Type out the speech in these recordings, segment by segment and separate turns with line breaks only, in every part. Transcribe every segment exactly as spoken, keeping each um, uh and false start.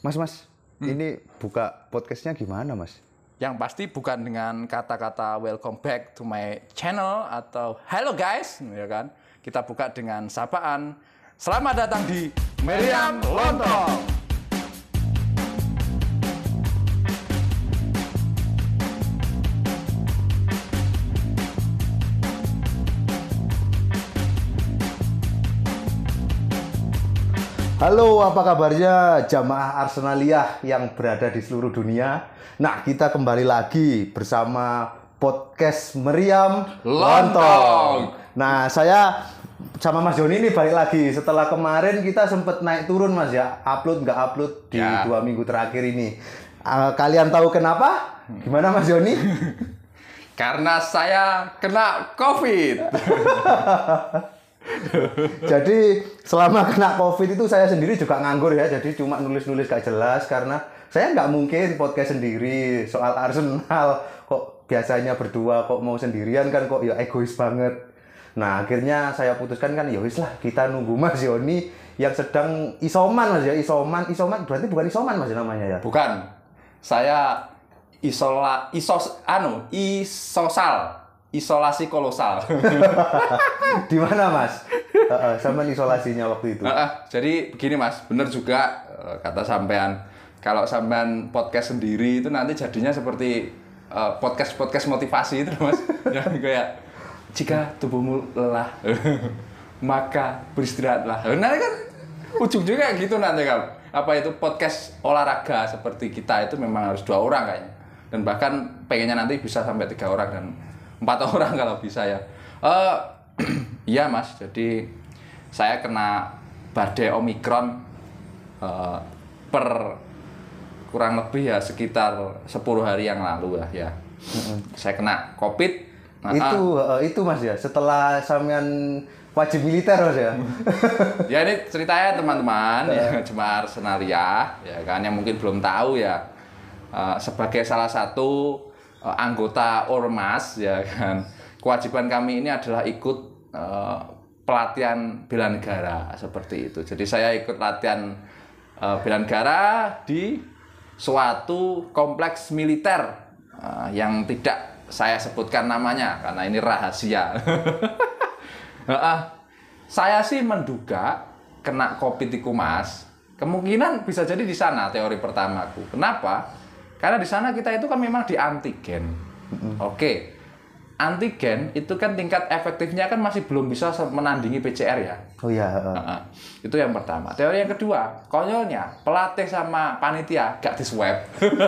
Mas, Mas, hmm. ini buka podcastnya gimana, Mas?
Yang pasti bukan dengan kata-kata welcome back to my channel atau hello guys, ya kan? Kita buka dengan sapaan, selamat datang di Meriam Lontong.
Halo, apa kabarnya jamaah Arsenaliyah yang berada di seluruh dunia? Nah, kita kembali lagi bersama podcast Meriam Lontong. Nah, saya sama Mas Joni ini balik lagi. Setelah kemarin kita sempat naik turun, Mas ya. Upload nggak upload di ya. dua minggu terakhir ini. Uh, kalian tahu kenapa? Gimana Mas Joni?
Karena saya kena COVID.
Jadi selama kena COVID itu saya sendiri juga nganggur ya. Jadi cuma nulis-nulis gak jelas karena saya nggak mungkin podcast sendiri soal Arsenal. Kok biasanya berdua, kok mau sendirian kan kok ya egois banget. Nah akhirnya saya putuskan kan ya wis lah kita nunggu Mas Yoni yang sedang isoman Mas ya. Isoman, isoman berarti bukan isoman Mas namanya ya?
Bukan. Saya isola, isos, anu, isosal. Isolasi kolosal.
Di mana Mas? Uh, uh, sama isolasinya waktu itu.
Uh, uh, jadi begini Mas, bener juga uh, kata sampean. Kalau sampean podcast sendiri itu nanti jadinya seperti uh, podcast-podcast motivasi itu Mas. Yang kayak jika tubuhmu lelah, maka beristirahatlah. Nah kan ujung-ujungnya gitu nanti kan. Apa itu podcast olahraga seperti kita itu memang harus dua orang kayaknya. Dan bahkan pengennya nanti bisa sampai tiga orang dan empat orang kalau bisa ya. Uh, iya Mas, jadi saya kena badai Omikron uh, per kurang lebih ya sekitar sepuluh hari yang lalu lah ya. Mm-hmm. Saya kena COVID. Nah,
itu uh, itu Mas ya, setelah sampean wajib militer Mas ya.
Ya ini ceritanya teman-teman ya, jemaah Arsenaliyah ya kan yang mungkin belum tahu ya. Uh, sebagai salah satu anggota Ormas ya kan, kewajiban kami ini adalah ikut uh, pelatihan bela negara seperti itu. Jadi saya ikut latihan uh, bela negara di suatu kompleks militer uh, yang tidak saya sebutkan namanya karena ini rahasia. uh, saya sih menduga kena COVID itu Mas, kemungkinan bisa jadi di sana teori pertamaku. Kenapa? Karena di sana kita itu kan memang di antigen. Mm-hmm. Oke. Antigen itu kan tingkat efektifnya kan masih belum bisa menandingi P C R ya.
Oh iya. Uh.
Uh-uh. Itu yang pertama. Teori yang kedua, konyolnya pelatih sama panitia gak di swab.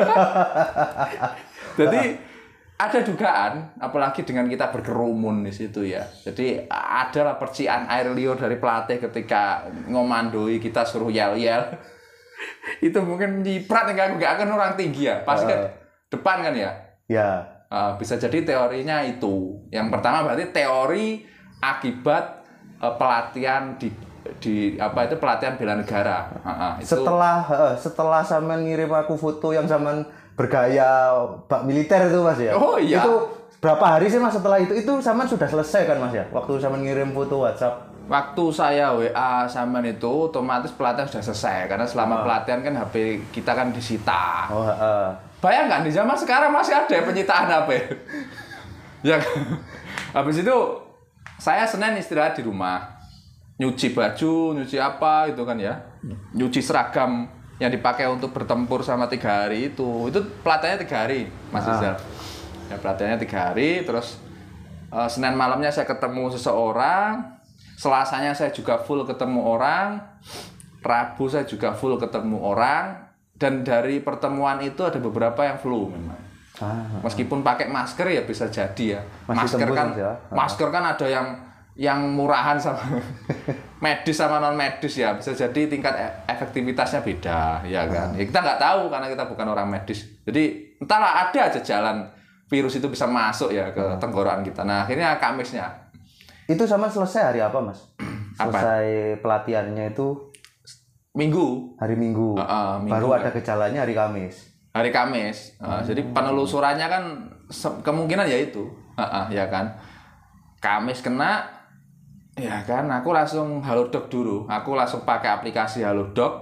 Jadi ada dugaan, apalagi dengan kita berkerumun di situ ya. Jadi adalah percikan air liur dari pelatih ketika ngomandoi kita suruh yel-yel. Itu mungkin nyiprat nggak nggak akan orang tinggi ya pasti kan uh, depan kan ya
ya
uh, bisa jadi teorinya itu yang pertama berarti teori akibat uh, pelatihan di di apa itu pelatihan bela negara uh, uh, itu.
setelah uh, setelah sampean ngirim aku foto yang sampean bergaya bak militer itu Mas ya.
Oh iya
itu berapa hari sih Mas setelah itu itu sampean sudah selesai kan Mas ya waktu sampean ngirim foto WhatsApp.
Waktu saya W A sama itu otomatis pelatihan sudah selesai karena selama oh. pelatihan kan H P kita kan disita.
Oh, uh.
Bayangkan di zaman sekarang masih ada penyitaan H P. Ya. Habis itu saya Senin istirahat di rumah. Nyuci baju, nyuci apa itu kan ya. Nyuci seragam yang dipakai untuk bertempur sama tiga hari itu. Itu pelatihannya tiga hari, Mas Izal. Uh. Ya pelatihannya tiga hari terus uh, Senin malamnya saya ketemu seseorang. Selasanya saya juga full ketemu orang, Rabu saya juga full ketemu orang, dan dari pertemuan itu ada beberapa yang flu memang. Ah, meskipun pakai masker ya bisa jadi ya.
Masih
masker kan,
ya?
masker kan ada yang yang murahan sama medis sama non medis ya. Bisa jadi tingkat efektivitasnya beda, ya kan. Ya, kita nggak tahu karena kita bukan orang medis. Jadi entahlah ada aja jalan virus itu bisa masuk ya ke tenggorokan kita. Nah akhirnya Kamisnya.
Itu sama selesai hari apa Mas? Selesai apa? Pelatihannya itu
Minggu.
Hari Minggu. Uh, uh, minggu Baru ada gejalanya hari Kamis.
Hari Kamis. Uh, hmm. Jadi penelusurannya kan kemungkinan ya itu, uh, uh, ya kan. Kamis kena, ya kan. Aku langsung Halodoc dulu. Aku langsung pakai aplikasi Halodoc.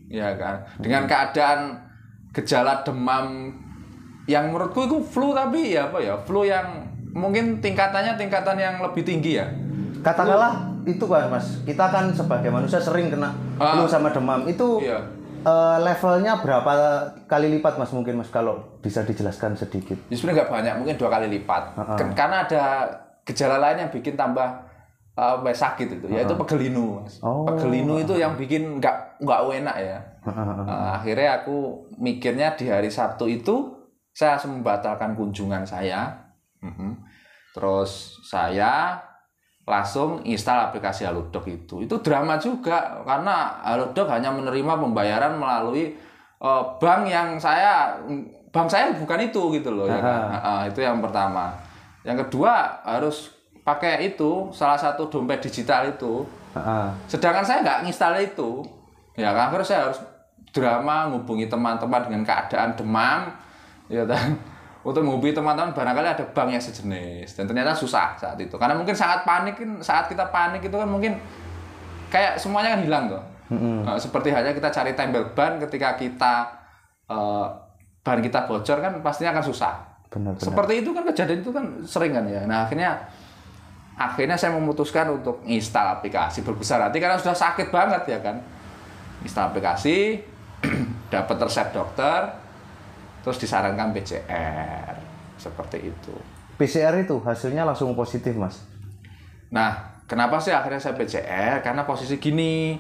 ya kan. Dengan keadaan gejala demam yang menurutku itu flu, tapi ya apa ya, flu yang mungkin tingkatannya tingkatan yang lebih tinggi ya.
Katakanlah itu kan Mas, kita kan sebagai manusia sering kena
Ah.
flu sama demam. Itu
Iya.
eh, levelnya berapa kali lipat Mas mungkin Mas kalau bisa dijelaskan sedikit?
Ya sebenarnya nggak banyak, mungkin dua kali lipat.
Uh-uh.
Ken- Karena ada gejala lain yang bikin tambah uh, sakit itu, yaitu pegelinu, Mas.
Oh.
Pegelinu itu yang bikin nggak nggak enak ya.
Uh-uh.
Uh, akhirnya aku mikirnya di hari Sabtu itu saya langsung membatalkan kunjungan saya. Mhm. Terus saya langsung install aplikasi Halodoc itu. Itu drama juga karena Halodoc hanya menerima pembayaran melalui uh, bank yang saya bank saya bukan itu gitu loh ya kan. Uh, itu yang pertama. Yang kedua harus pakai itu salah satu dompet digital itu.
Uh-uh.
Sedangkan saya nggak nginstal itu. Ya kan akhirnya saya harus drama menghubungi teman-teman dengan keadaan demam ya kan. Untuk menghubungi teman-teman barangkali ada bank yang sejenis dan ternyata susah saat itu karena mungkin saat panik kan saat kita panik itu kan mungkin kayak semuanya kan hilang tuh. Mm-hmm. Nah, seperti halnya kita cari tempel ban ketika kita uh, ban kita bocor kan pastinya akan susah.
Benar, benar.
Seperti itu kan kejadian itu kan sering kan ya. Nah akhirnya akhirnya saya memutuskan untuk install aplikasi berbesar hati karena sudah sakit banget ya kan. Install aplikasi, dapat resep dokter. Terus disarankan P C R seperti itu.
P C R itu hasilnya langsung positif Mas.
Nah, kenapa sih akhirnya saya P C R? Karena posisi gini,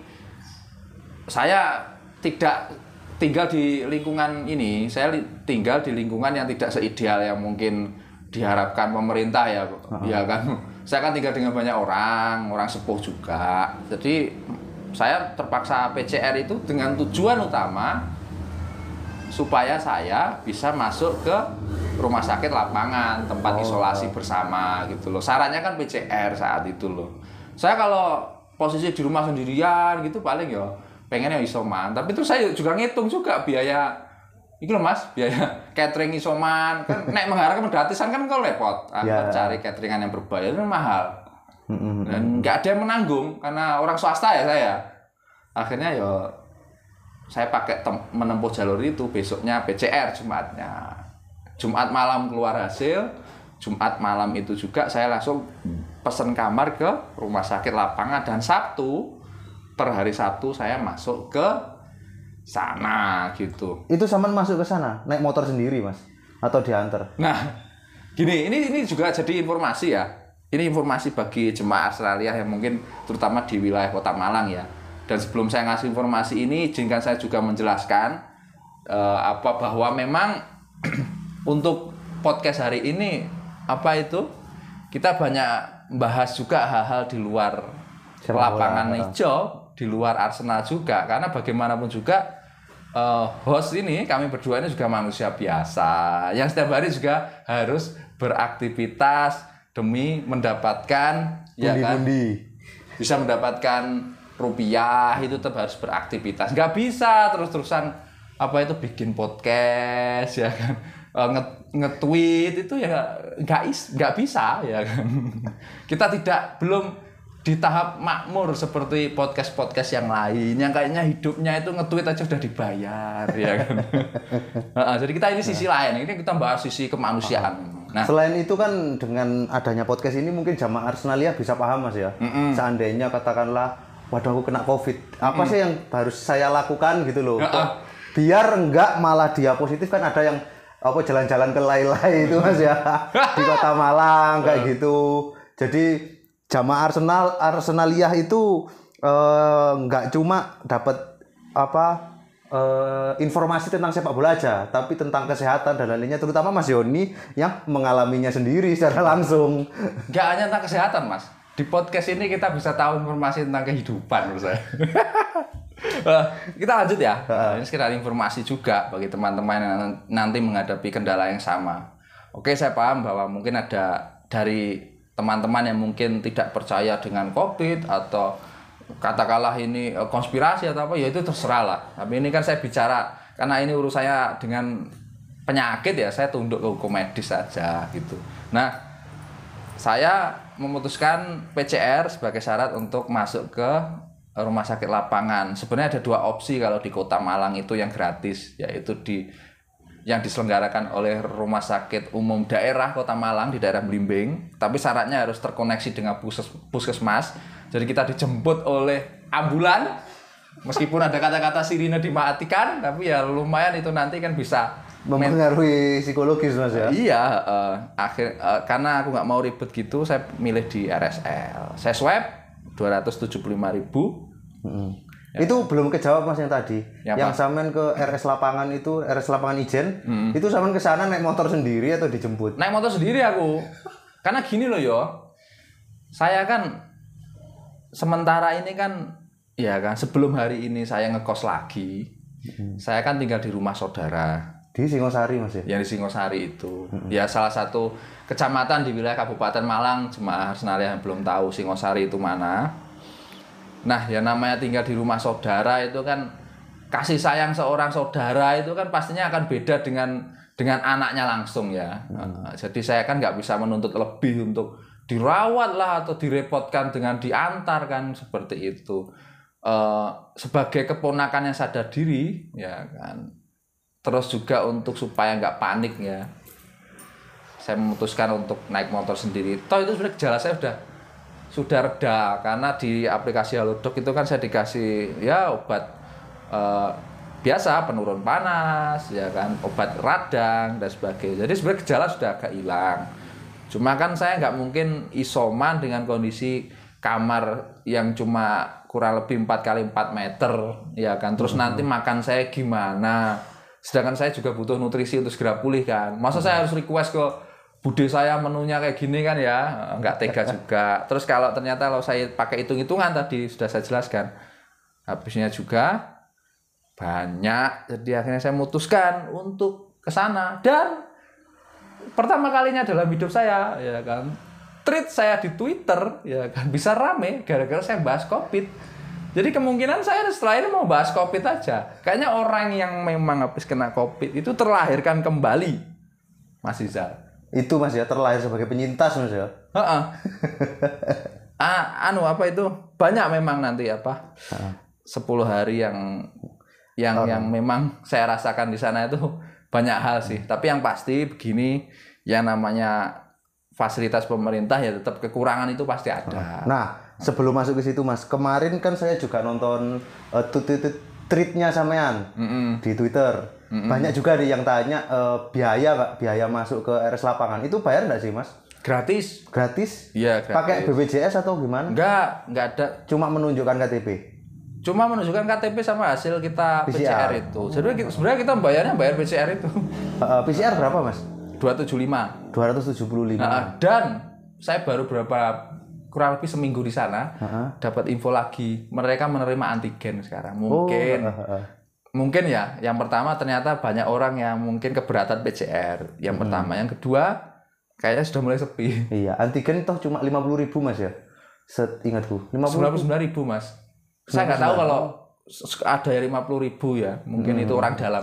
saya tidak tinggal di lingkungan ini. Saya li- tinggal di lingkungan yang tidak seideal yang mungkin diharapkan pemerintah ya, uh-huh. ya kan. Saya kan tinggal dengan banyak orang, orang sepuh juga. Jadi saya terpaksa P C R itu dengan tujuan utama supaya saya bisa masuk ke rumah sakit lapangan, tempat oh. isolasi bersama gitu loh. Sarannya kan P C R saat itu loh. Saya kalau posisi di rumah sendirian gitu paling ya pengennya isoman. Tapi terus saya juga ngitung juga biaya itu loh Mas, biaya catering isoman. Kan nek mengharapkan gratisan kan kalau repot. Yeah. Cari cateringan yang berbayar itu mahal. Mm-hmm. Dan nggak ada yang menanggung karena orang swasta ya saya. Akhirnya ya saya pakai tem- menempuh jalur itu, besoknya P C R Jumatnya. Jumat malam keluar hasil, Jumat malam itu juga saya langsung pesen kamar ke rumah sakit lapangan dan Sabtu, per hari Sabtu saya masuk ke sana gitu.
Itu Saman masuk ke sana, naik motor sendiri Mas? Atau diantar?
Nah, gini, ini ini juga jadi informasi ya. Ini informasi bagi jemaah Australia yang mungkin terutama di wilayah Kota Malang ya. Dan sebelum saya ngasih informasi ini, izinkan saya juga menjelaskan uh, apa bahwa memang untuk podcast hari ini apa itu kita banyak bahas juga hal-hal di luar Siapa lapangan bola. hijau, di luar Arsenal juga karena bagaimanapun juga uh, host ini kami berdua ini juga manusia biasa yang setiap hari juga harus beraktivitas demi mendapatkan
bundi,
ya kan
bundi.
bisa mendapatkan rupiah itu tetap harus beraktivitas. Nggak bisa terus-terusan apa itu bikin podcast ya kan, nge-tweet itu ya nggak is nggak bisa ya kan. Kita tidak belum di tahap makmur seperti podcast-podcast yang lain yang kayaknya hidupnya itu nge-tweet aja udah dibayar ya kan. Nah, jadi kita ini sisi lain, ini kita bahas sisi kemanusiaan. Nah,
selain itu kan dengan adanya podcast ini mungkin jamaah Arsenalia bisa paham Mas ya. Mm-mm. Seandainya katakanlah waduh aku kena COVID, apa hmm. sih yang harus saya lakukan gitu loh, uh-uh. biar enggak malah dia positif. Kan ada yang apa jalan-jalan ke Lai-Lai itu Mas ya di Kota Malang kayak gitu. Jadi jamaah Arsenal Arsenaliah itu eh, enggak cuma dapat apa eh, informasi tentang sepak bola aja, tapi tentang kesehatan dan lainnya, terutama Mas Yoni yang mengalaminya sendiri secara langsung.
Enggak hanya tentang kesehatan Mas. Di podcast ini kita bisa tahu informasi tentang kehidupan menurut saya. Kita lanjut ya. Ini sekedar informasi juga bagi teman-teman yang nanti menghadapi kendala yang sama. Oke, saya paham bahwa mungkin ada dari teman-teman yang mungkin tidak percaya dengan COVID atau katakanlah ini konspirasi atau apa, ya itu terserah lah. Tapi ini kan saya bicara karena ini urusannya dengan penyakit ya, saya tunduk ke hukum medis saja gitu. Nah, saya memutuskan P C R sebagai syarat untuk masuk ke rumah sakit lapangan. Sebenarnya ada dua opsi kalau di Kota Malang itu yang gratis, yaitu di yang diselenggarakan oleh Rumah Sakit Umum Daerah Kota Malang di daerah Blimbing, tapi syaratnya harus terkoneksi dengan puskes, puskesmas. Jadi kita dijemput oleh ambulan, meskipun ada kata-kata sirine dimatikan, tapi ya lumayan itu nanti kan bisa
mempengaruhi psikologis mas ya.
Iya, uh, akhir uh, karena aku nggak mau ribet gitu, saya milih di R S L. Saya swab dua ratus tujuh puluh lima ribu.
Hmm. Ya. Itu belum kejawab mas yang tadi. Ya, yang sampean ke R S lapangan itu, R S lapangan Ijen, hmm. itu sampean ke sana naik motor sendiri atau dijemput?
Naik motor sendiri aku. Karena gini loh yo. Saya kan sementara ini kan ya kan sebelum hari ini saya ngekos lagi. Hmm. Saya kan tinggal di rumah saudara.
Di Singosari mas ya?
Yang di Singosari itu. Hmm. Ya salah satu kecamatan di wilayah Kabupaten Malang, jemaah Arsenalia yang belum tahu Singosari itu mana. Nah, ya namanya tinggal di rumah saudara itu kan kasih sayang seorang saudara itu kan pastinya akan beda dengan dengan anaknya langsung ya. Hmm. Nah, jadi saya kan nggak bisa menuntut lebih untuk dirawat lah atau direpotkan dengan diantar kan seperti itu. Uh, sebagai keponakan yang sadar diri ya kan. Terus juga untuk supaya nggak panik ya. Saya memutuskan untuk naik motor sendiri. Toh itu sebenarnya gejala saya sudah sudah reda karena di aplikasi Halodoc itu kan saya dikasih ya obat uh, biasa penurun panas ya kan, obat radang dan sebagainya. Jadi sebenarnya gejala sudah agak hilang. Cuma kan saya nggak mungkin isoman dengan kondisi kamar yang cuma kurang lebih empat kali empat meter ya kan. Terus hmm. nanti makan saya gimana? Sedangkan saya juga butuh nutrisi untuk segera pulih kan. Masa hmm. saya harus request ke bude saya menunya kayak gini kan ya, nggak tega juga. Terus kalau ternyata kalau saya pakai hitung-hitungan tadi sudah saya jelaskan, habisnya juga banyak. Jadi akhirnya saya memutuskan untuk ke sana dan pertama kalinya dalam hidup saya ya kan, tweet saya di Twitter ya kan bisa rame gara-gara saya bahas COVID. Jadi kemungkinan saya setelah ini mau bahas COVID aja. Kayaknya orang yang memang habis kena COVID itu terlahirkan kembali, Mas Rizal.
Itu mas ya, terlahir sebagai penyintas mas ya.
Heeh. ah, anu apa itu banyak memang nanti apa sepuluh hari yang yang oh. yang memang saya rasakan di sana itu banyak hal sih. Tapi yang pasti begini, yang namanya fasilitas pemerintah ya tetap kekurangan itu pasti ada.
Nah sebelum masuk ke situ mas, kemarin kan saya juga nonton uh, tweetnya sampean mm-mm. di Twitter. Mm-mm. Banyak juga nih yang tanya uh, biaya nggak, biaya masuk ke R S lapangan itu bayar nggak sih mas?
Gratis.
Gratis?
Iya gratis.
Pakai B P J S atau gimana?
Enggak, enggak ada.
Cuma menunjukkan K T P?
Cuma menunjukkan K T P sama hasil kita P C R, P C R itu. Jadi sebenarnya kita bayarnya bayar P C R itu.
Uh, P C R berapa mas?
dua ratus tujuh puluh lima.
dua ratus tujuh puluh lima.
Nah, dan saya baru berapa kurang lebih seminggu di sana uh-huh. dapat info lagi mereka menerima antigen sekarang. Mungkin oh, uh-huh. mungkin ya, yang pertama ternyata banyak orang yang mungkin keberatan P C R. Yang hmm. pertama, yang kedua kayaknya sudah mulai sepi.
Iya, antigen toh cuma lima puluh ribu mas ya, seingatku.
sembilan puluh sembilan ribu mas. Saya nggak tahu kalau ada yang lima puluh ribu ya, mungkin hmm. itu orang dalam.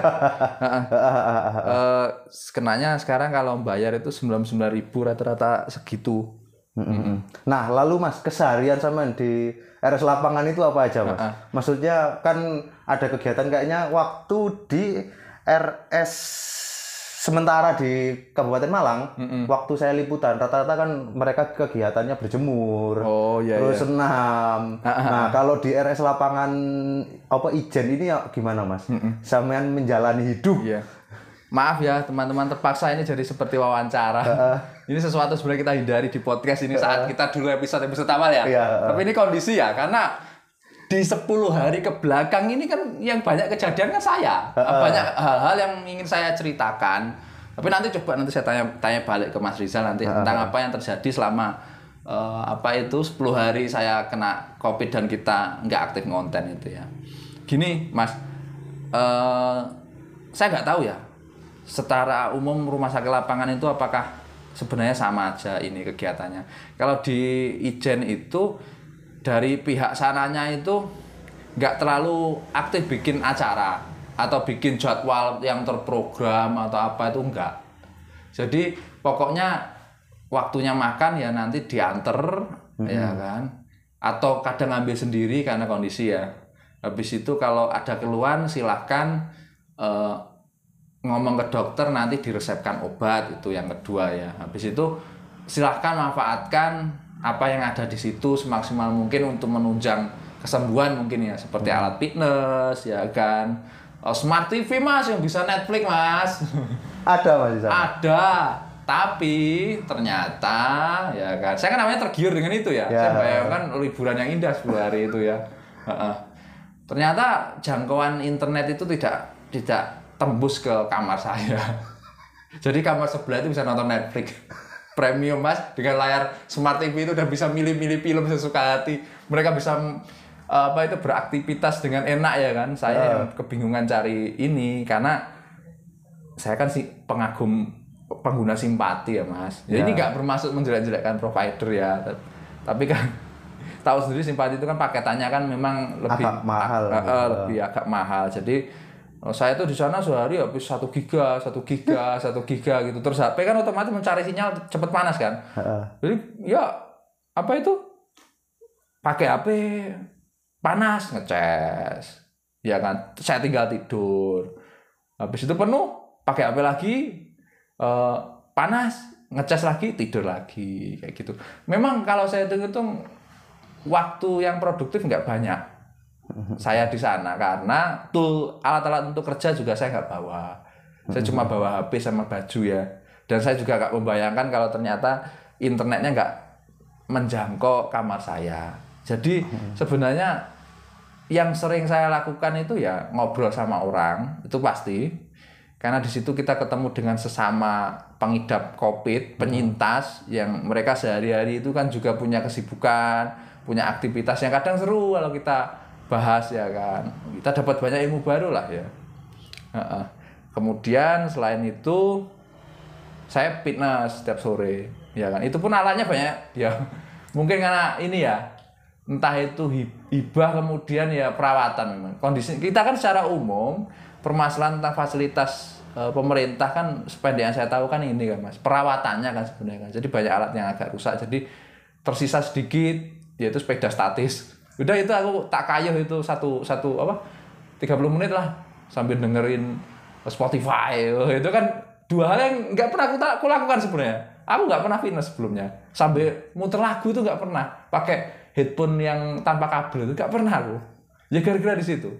uh, kenanya sekarang kalau bayar itu sembilan puluh sembilan ribu rata-rata segitu.
Mm-hmm. Nah, lalu Mas, keseharian sama di R S lapangan itu apa aja Mas? Uh-uh. Maksudnya kan ada kegiatan kayaknya waktu di R S sementara di Kabupaten Malang, mm-hmm. waktu saya liputan rata-rata kan mereka kegiatannya berjemur, oh, iya, terus iya. senam. Uh-huh. Nah, kalau di R S lapangan apa Ijen ini ya gimana Mas? Mm-hmm. Sampean menjalani hidup?
Yeah. Maaf ya teman-teman, terpaksa ini jadi seperti wawancara. Uh, ini sesuatu sebenarnya kita hindari di podcast ini saat uh, kita dulu episode-episode awal ya. Iya, uh, Tapi ini kondisi ya, karena di sepuluh hari ke belakang ini kan yang banyak kejadian kan saya. Uh, banyak hal-hal yang ingin saya ceritakan. Tapi nanti coba nanti saya tanya tanya balik ke Mas Rizal nanti uh, tentang apa yang terjadi selama uh, apa itu sepuluh hari saya kena COVID dan kita nggak aktif konten itu ya. Gini Mas, uh, saya nggak tahu ya. Secara umum rumah sakit lapangan itu apakah sebenarnya sama aja ini kegiatannya. Kalau di Ijen itu dari pihak sananya itu nggak terlalu aktif bikin acara atau bikin jadwal yang terprogram atau apa itu enggak. Jadi pokoknya waktunya makan ya nanti diantar mm-hmm. ya kan. atau kadang ngambil sendiri karena kondisi ya. Habis itu kalau ada keluhan silahkan eh, ngomong ke dokter, nanti diresepkan obat, itu yang kedua ya. Habis itu silahkan manfaatkan apa yang ada di situ semaksimal mungkin untuk menunjang kesembuhan mungkin ya, seperti hmm. alat fitness ya kan. Oh, Smart T V Mas yang bisa Netflix Mas.
Ada Mas di sana?
Ada. Tapi ternyata ya kan, saya kan namanya tergiur dengan itu ya.
Ya.
Saya bayangkan liburan yang indah sepuluh hari itu ya. Uh-uh. Ternyata jangkauan internet itu tidak tidak tembus ke kamar saya. Jadi kamar sebelah itu bisa nonton Netflix premium Mas, dengan layar Smart T V itu udah bisa milih-milih film sesuka hati. Mereka bisa apa itu beraktivitas dengan enak ya kan. Saya uh. yang kebingungan cari ini karena saya kan si pengagum pengguna simpati ya Mas. Jadi ya. Ini nggak bermaksud menjelek-jelekkan provider ya. Tapi kan tahu sendiri simpati itu kan paketannya kan memang lebih
agak mahal.
Uh, uh, lebih agak mahal. Jadi saya tuh di sana sehari habis satu giga, satu giga, satu giga gitu. Terus H P kan otomatis mencari sinyal cepet panas kan. Uh. Jadi ya apa itu pakai H P panas ngecas. Ya kan. Saya tinggal tidur. Habis itu penuh pakai H P lagi. Uh, panas, ngecas lagi, tidur lagi, kayak gitu. Memang kalau saya hitung-hitung waktu yang produktif nggak banyak saya di sana karena tool alat-alat untuk kerja juga saya nggak bawa. Saya cuma bawa H P sama baju ya. Dan saya juga nggak membayangkan kalau ternyata internetnya nggak menjangkau kamar saya. Jadi sebenarnya yang sering saya lakukan itu ya ngobrol sama orang, itu pasti. Karena di situ kita ketemu dengan sesama pengidap COVID, penyintas yang mereka sehari-hari itu kan juga punya kesibukan, punya aktivitas yang kadang seru kalau kita bahas ya kan. Kita dapat banyak ilmu baru lah ya. Kemudian selain itu saya fitness setiap sore, ya kan. Itu pun alatnya banyak ya. Mungkin karena ini ya, entah itu hibah kemudian ya perawatan memang. Kondisi kita kan secara umum permasalahan tentang fasilitas e, pemerintah kan sependek yang saya tahu kan ini kan Mas, perawatannya kan sebenarnya kan. Jadi banyak alat yang agak rusak, jadi tersisa sedikit yaitu sepeda statis. Udah itu aku tak kayuh itu satu satu apa tiga puluh menit lah sambil dengerin Spotify. Itu kan dua hal yang nggak pernah aku, aku lakukan sebenarnya. Aku nggak pernah fitness sebelumnya. Sambil muter lagu itu nggak pernah. Pakai headphone yang tanpa kabel itu nggak pernah aku. Ya gara-gara di situ.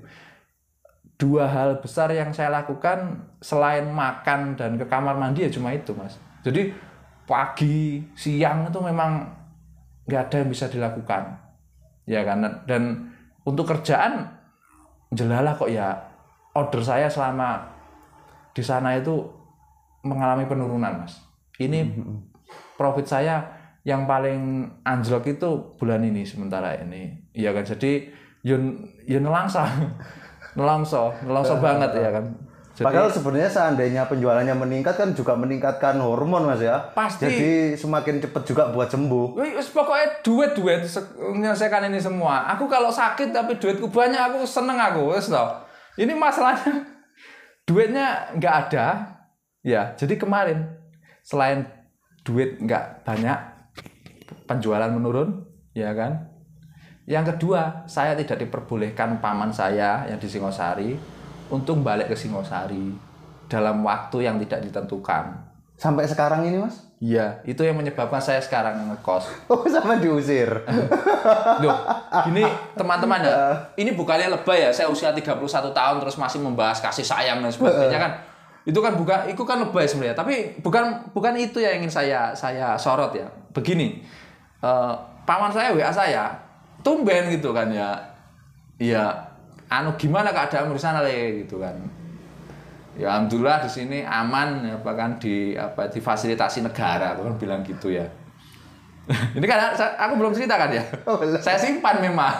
Dua hal besar yang saya lakukan selain makan dan ke kamar mandi ya cuma itu Mas. Jadi pagi, siang itu memang nggak ada yang bisa dilakukan. Ya kan. Dan untuk kerjaan jelalah kok ya order saya selama di sana itu mengalami penurunan Mas. Ini profit saya yang paling anjlok itu bulan ini sementara ini. Iya kan. Jadi yun yun nelangsa. Nelongso, nelongso banget ya kan.
Jadi, padahal sebenarnya seandainya penjualannya meningkat kan juga meningkatkan hormon Mas ya.
Pasti.
Jadi semakin cepat juga buat sembuh.
Wih, pokoknya duit-duit menyelesaikan ini semua. Aku kalau sakit tapi duitku banyak aku seneng aku, wes toh. Ini masalahnya duitnya nggak ada. Ya, jadi kemarin selain duit nggak banyak, penjualan menurun, ya kan. Yang kedua, saya tidak diperbolehkan paman saya yang di Singosari untuk balik ke Singosari dalam waktu yang tidak ditentukan.
Sampai sekarang ini Mas?
Iya, itu yang menyebabkan saya sekarang ngekos.
Oh, sama diusir.
Loh, gini teman-teman ya, ini bukannya lebay ya, saya usia tiga puluh satu tahun terus masih membahas kasih sayang dan sebagainya kan. Itu kan bukan, itu kan lebay sebenarnya. Tapi bukan bukan itu yang ingin saya saya sorot ya. Begini, uh, paman saya W A saya, tumben gitu kan ya, ya anu gimana keadaan di sana le gitu kan. Ya alhamdulillah di sini aman ya, bahkan di apa difasilitasi negara, aku kan bilang gitu ya. Ini kan aku belum cerita kan ya. Oh, saya simpan memang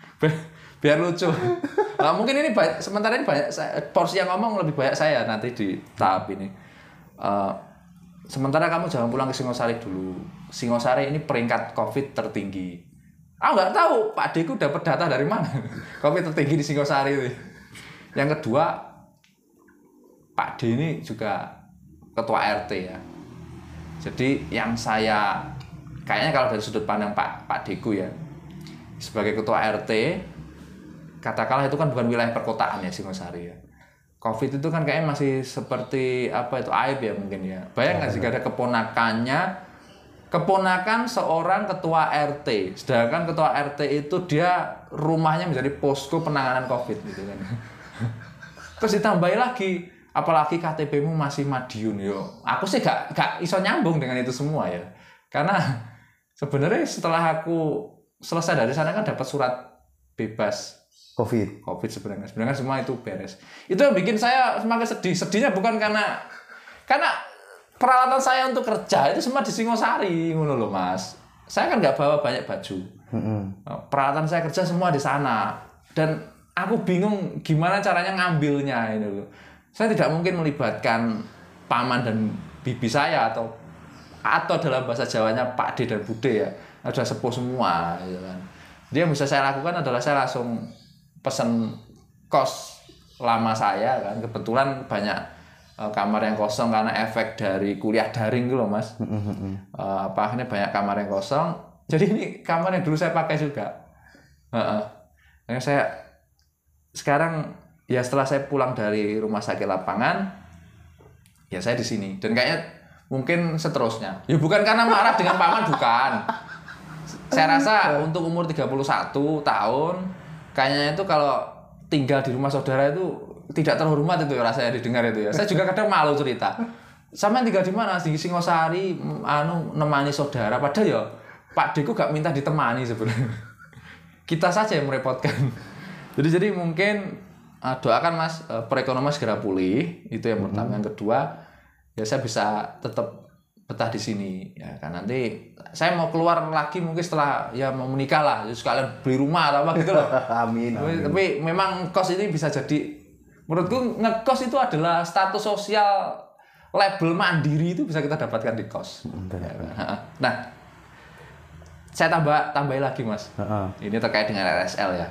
biar lucu. Nah, mungkin ini banyak, sementara ini banyak saya, porsi yang ngomong lebih banyak saya nanti di tahap ini. Uh, sementara kamu jangan pulang ke Singosari dulu. Singosari ini peringkat COVID tertinggi. Aku nggak tahu Pak Deku dapat data dari mana COVID tertinggi di Singosari itu. Yang kedua, Pak D ini juga ketua R T ya. Jadi yang saya kayaknya kalau dari sudut pandang Pak Pak Deku ya, sebagai ketua R T, katakanlah itu kan bukan wilayah perkotaan ya Singosari ya. Covid itu kan kayaknya masih seperti apa itu aib ya mungkin ya. Bayangkan ya, jika ada keponakannya, keponakan seorang ketua R T, sedangkan ketua R T itu dia rumahnya menjadi posko penanganan Covid gitu kan. Terus ditambahi lagi, apalagi K T P-mu masih Madiun yo. Aku sih gak gak iso nyambung dengan itu semua ya. Karena sebenarnya setelah aku selesai dari sana kan dapat surat bebas
Covid.
Covid sebenarnya. Sebenarnya semua itu beres. Itu yang bikin saya semakin sedih. Sedihnya bukan karena karena peralatan saya untuk kerja itu semua di Singosari ngono loh, Mas. Saya kan nggak bawa banyak baju. Mm-hmm. Peralatan saya kerja semua di sana. Dan aku bingung gimana caranya ngambilnya ini loh. Saya tidak mungkin melibatkan paman dan bibi saya atau atau dalam bahasa Jawanya Pak D dan Bude ya. Ada sepuh semua gitu kan. Dia yang bisa saya lakukan adalah saya langsung pesen kos lama saya kan. Kebetulan banyak uh, kamar yang kosong karena efek dari kuliah daring gitu loh, Mas. uh, apa akhirnya banyak kamar yang kosong. Jadi ini kamar yang dulu saya pakai juga. Uh-uh. Nah, saya sekarang ya setelah saya pulang dari rumah sakit lapangan ya saya di sini dan kayaknya mungkin seterusnya. Ya bukan karena marah dengan paman bukan. Saya rasa untuk umur tiga puluh satu tahun kayaknya itu kalau tinggal di rumah saudara itu tidak terhormat itu ya rasanya didengar itu ya. Saya juga kadang malu cerita. Sama tinggal di mana? Di Singosari anu nemani saudara padahal ya Pak Deku gak minta ditemani sebenarnya. Kita saja yang merepotkan. Jadi jadi mungkin uh, doakan Mas uh, perekonomian segera pulih, itu yang pertama. Yang kedua, ya saya bisa tetap betah di sini ya kan. Nanti saya mau keluar lagi mungkin setelah ya mau menikah lah, ya sekalian beli rumah atau apa gitu loh.
Amin, amin.
Tapi memang kos ini bisa jadi, menurutku ngekos itu adalah status sosial label mandiri itu bisa kita dapatkan di kos. Ya, kan? Nah, saya tambah tambahin lagi Mas. Uh-huh. Ini terkait dengan R S L ya.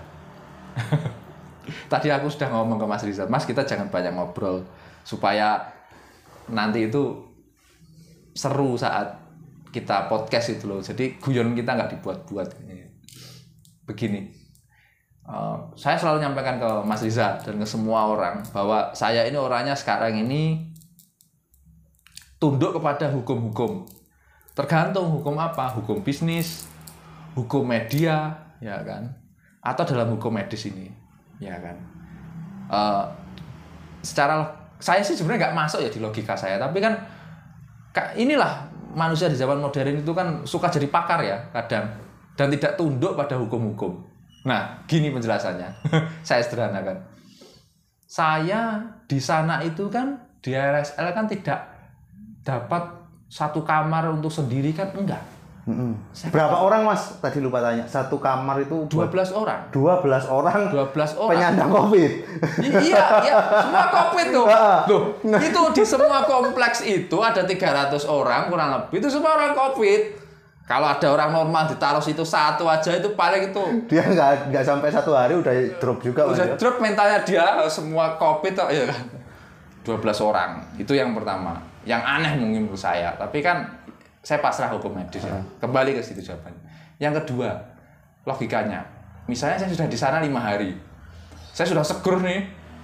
Tadi aku sudah ngomong ke Mas Rizal, Mas kita jangan banyak ngobrol supaya nanti itu seru saat kita podcast itu loh. Jadi guyon kita nggak dibuat-buat. Begini, uh, saya selalu nyampaikan ke Mas Rizal dan ke semua orang bahwa saya ini orangnya sekarang ini tunduk kepada hukum-hukum. Tergantung hukum apa, hukum bisnis, hukum media, ya kan? Atau dalam hukum medis ini, ya kan. Uh, secara saya sih sebenarnya nggak masuk ya di logika saya, tapi kan inilah manusia di zaman modern itu kan suka jadi pakar ya kadang dan tidak tunduk pada hukum-hukum. Nah, gini penjelasannya, saya sederhanakan. Saya di sana itu kan di R S L kan tidak dapat satu kamar untuk sendiri kan enggak.
Mm-hmm. Berapa orang Mas? Tadi lupa tanya. Satu kamar itu
dua belas orang.
dua belas orang.
dua belas orang.
Penyandang Covid.
I- iya, iya, semua Covid tuh. Loh, itu di semua kompleks itu ada tiga ratus orang kurang lebih. Itu semua orang Covid. Kalau ada orang normal ditaruh situ satu aja itu paling itu.
Dia nggak nggak sampai satu hari udah drop juga.
Udah drop mentalnya dia, semua Covid tuh ya kan. dua belas orang. Itu yang pertama. Yang aneh mungkin menurut saya, tapi kan saya pasrah hukum medis ya. Kembali ke situ jawabannya. Yang kedua, logikanya. Misalnya saya sudah di sana lima hari. Saya sudah seger nih.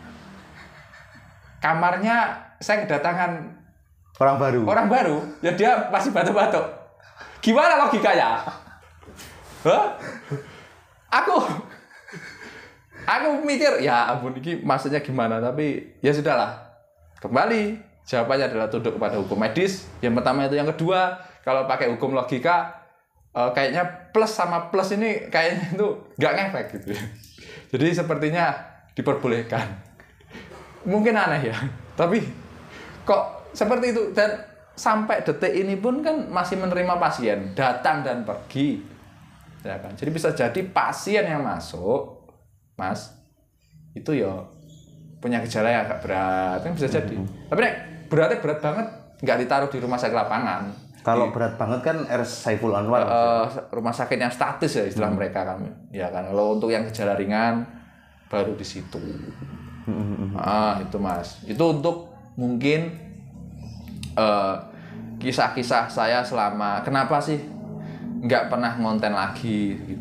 Kamarnya saya kedatangan
orang baru.
Orang baru, ya dia masih batuk-batuk. Gimana logikanya? Hah? Aku Aku mikir, ya ampun ini maksudnya gimana, tapi ya sudahlah. Kembali, jawabannya adalah tunduk kepada hukum medis. Yang pertama itu, yang kedua, kalau pakai hukum logika, uh, kayaknya plus sama plus ini kayaknya itu nggak ngefek gitu. Jadi sepertinya diperbolehkan. Mungkin aneh ya, tapi kok seperti itu. Dan sampai detik ini pun kan masih menerima pasien datang dan pergi, ya kan. Jadi bisa jadi pasien yang masuk, Mas, itu ya punya gejala yang agak berat, kan bisa jadi. Mm-hmm. Tapi nek beratnya berat banget, nggak ditaruh di rumah sakit lapangan.
Kalau berat banget kan R Saiful Anwar.
Uh, rumah sakit yang statis ya istilah hmm. mereka kan, ya kan. Kalau untuk yang gejala ringan baru di situ. Hmm. Ah itu Mas. Itu untuk mungkin uh, kisah-kisah saya selama kenapa sih nggak pernah ngonten lagi gitu.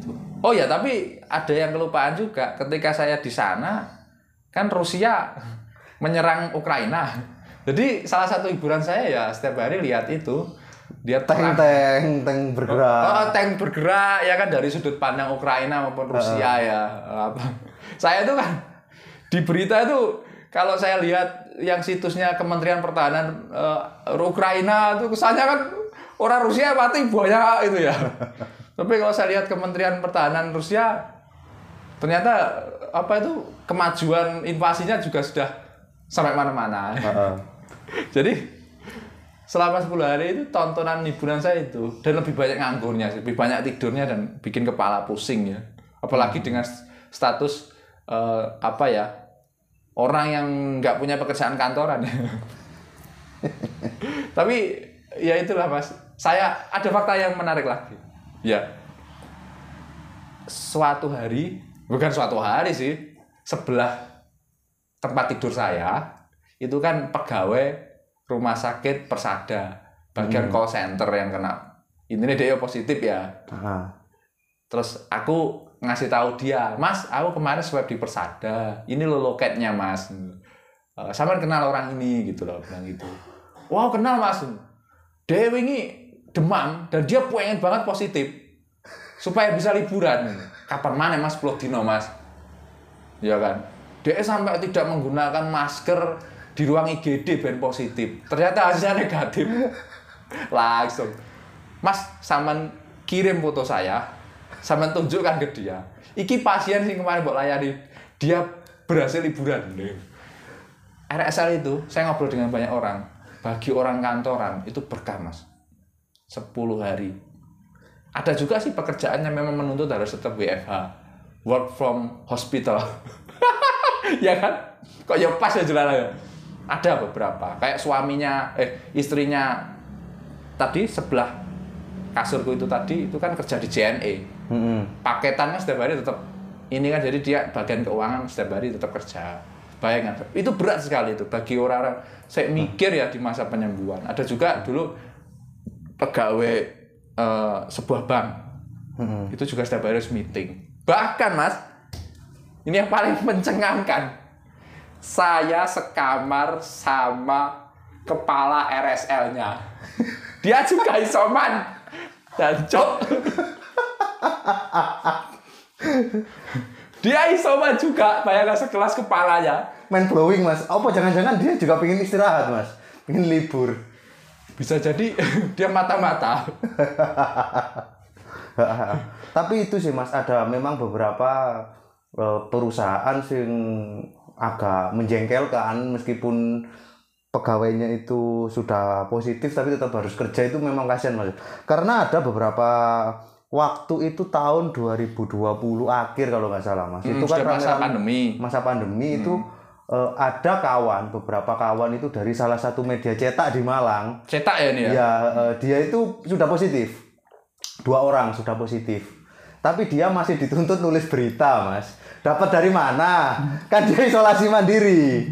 Oh ya, tapi ada yang kelupaan juga. Ketika saya di sana, kan Rusia menyerang Ukraina. Jadi salah satu hiburan saya ya setiap hari lihat itu. Dia
tank tank tank bergerak.
Oh, tank bergerak ya kan dari sudut pandang Ukraina maupun Rusia uh. ya. Apa? Saya itu kan di berita itu kalau saya lihat yang situsnya Kementerian Pertahanan uh, Ukraina itu kesannya kan orang Rusia mati banyak itu ya. Tapi kalau saya lihat Kementerian Pertahanan Rusia, ternyata apa itu kemajuan invasinya juga sudah sampai mana-mana. Uh-uh. Jadi selama sepuluh hari itu tontonan hiburan saya itu, dan lebih banyak nganggurnya, lebih banyak tidurnya dan bikin kepala pusing ya. Apalagi hmm. dengan status uh, apa ya orang yang nggak punya pekerjaan kantoran. Tapi ya itulah Mas. Saya ada fakta yang menarik lagi. Ya, suatu hari, bukan suatu hari sih, sebelah tempat tidur saya itu kan pegawai rumah sakit Persada, bagian hmm. call center yang kena. Ini dia positif ya. Aha. Terus aku ngasih tahu dia, Mas, aku kemarin swab di Persada, ini lo loketnya Mas. Uh, sama kenal orang ini gitu loh, bilang gitu. Wow, kenal Mas. Dewi ini demam dan dia pengen banget positif supaya bisa liburan. Kapan mana Mas sepuluh dino Mas? Ya kan. Dia sampai tidak menggunakan masker di ruang I G D ben positif. Ternyata hasilnya negatif. Langsung. Mas, sampean kirim foto saya, sampean tunjukkan ke dia. Iki pasien sing kemarin mbok layani, dia berhasil liburan. R S L itu saya ngobrol dengan banyak orang. Bagi orang kantoran itu berkah Mas. sepuluh hari. Ada juga sih pekerjaan yang memang menuntut harus tetap W F H. Work from hospital. Ya kan? Kok ya pas ya jelas ya. Ada beberapa. Kayak suaminya, eh istrinya tadi sebelah kasurku itu tadi, itu kan kerja di J N E. Mm-hmm. Paketannya setiap hari tetap. Ini kan jadi dia bagian keuangan setiap hari tetap kerja. Bayangkan. Itu berat sekali itu bagi orang-orang. Saya mikir ya di masa penyembuhan. Ada juga dulu pegawai uh, sebuah bank, hmm. itu juga setiap hari harus meeting. Bahkan Mas, ini yang paling mencengangkan, saya sekamar sama kepala R S L-nya. Dia juga isoman dan cok. Dia isoman juga, bayangkan sekelas kepalanya.
Mind blowing Mas. Apa jangan-jangan dia juga pengen istirahat Mas, pengen libur.
Bisa jadi dia mata-mata.
Tapi itu sih Mas, ada memang beberapa uh, perusahaan yang agak menjengkelkan meskipun pegawainya itu sudah positif tapi tetap harus kerja, itu memang kasihan Mas. Karena ada beberapa waktu itu tahun dua ribu dua puluh akhir kalau nggak salah Mas.
Hmm,
itu kan
masa pandemi.
Masa pandemi hmm. itu Uh, ada kawan, beberapa kawan itu dari salah satu media cetak di Malang.
Cetak ya ini ya?
Ya, uh, dia itu sudah positif. Dua orang sudah positif. Tapi dia masih dituntut nulis berita, Mas. Dapat dari mana? Kan dia isolasi mandiri.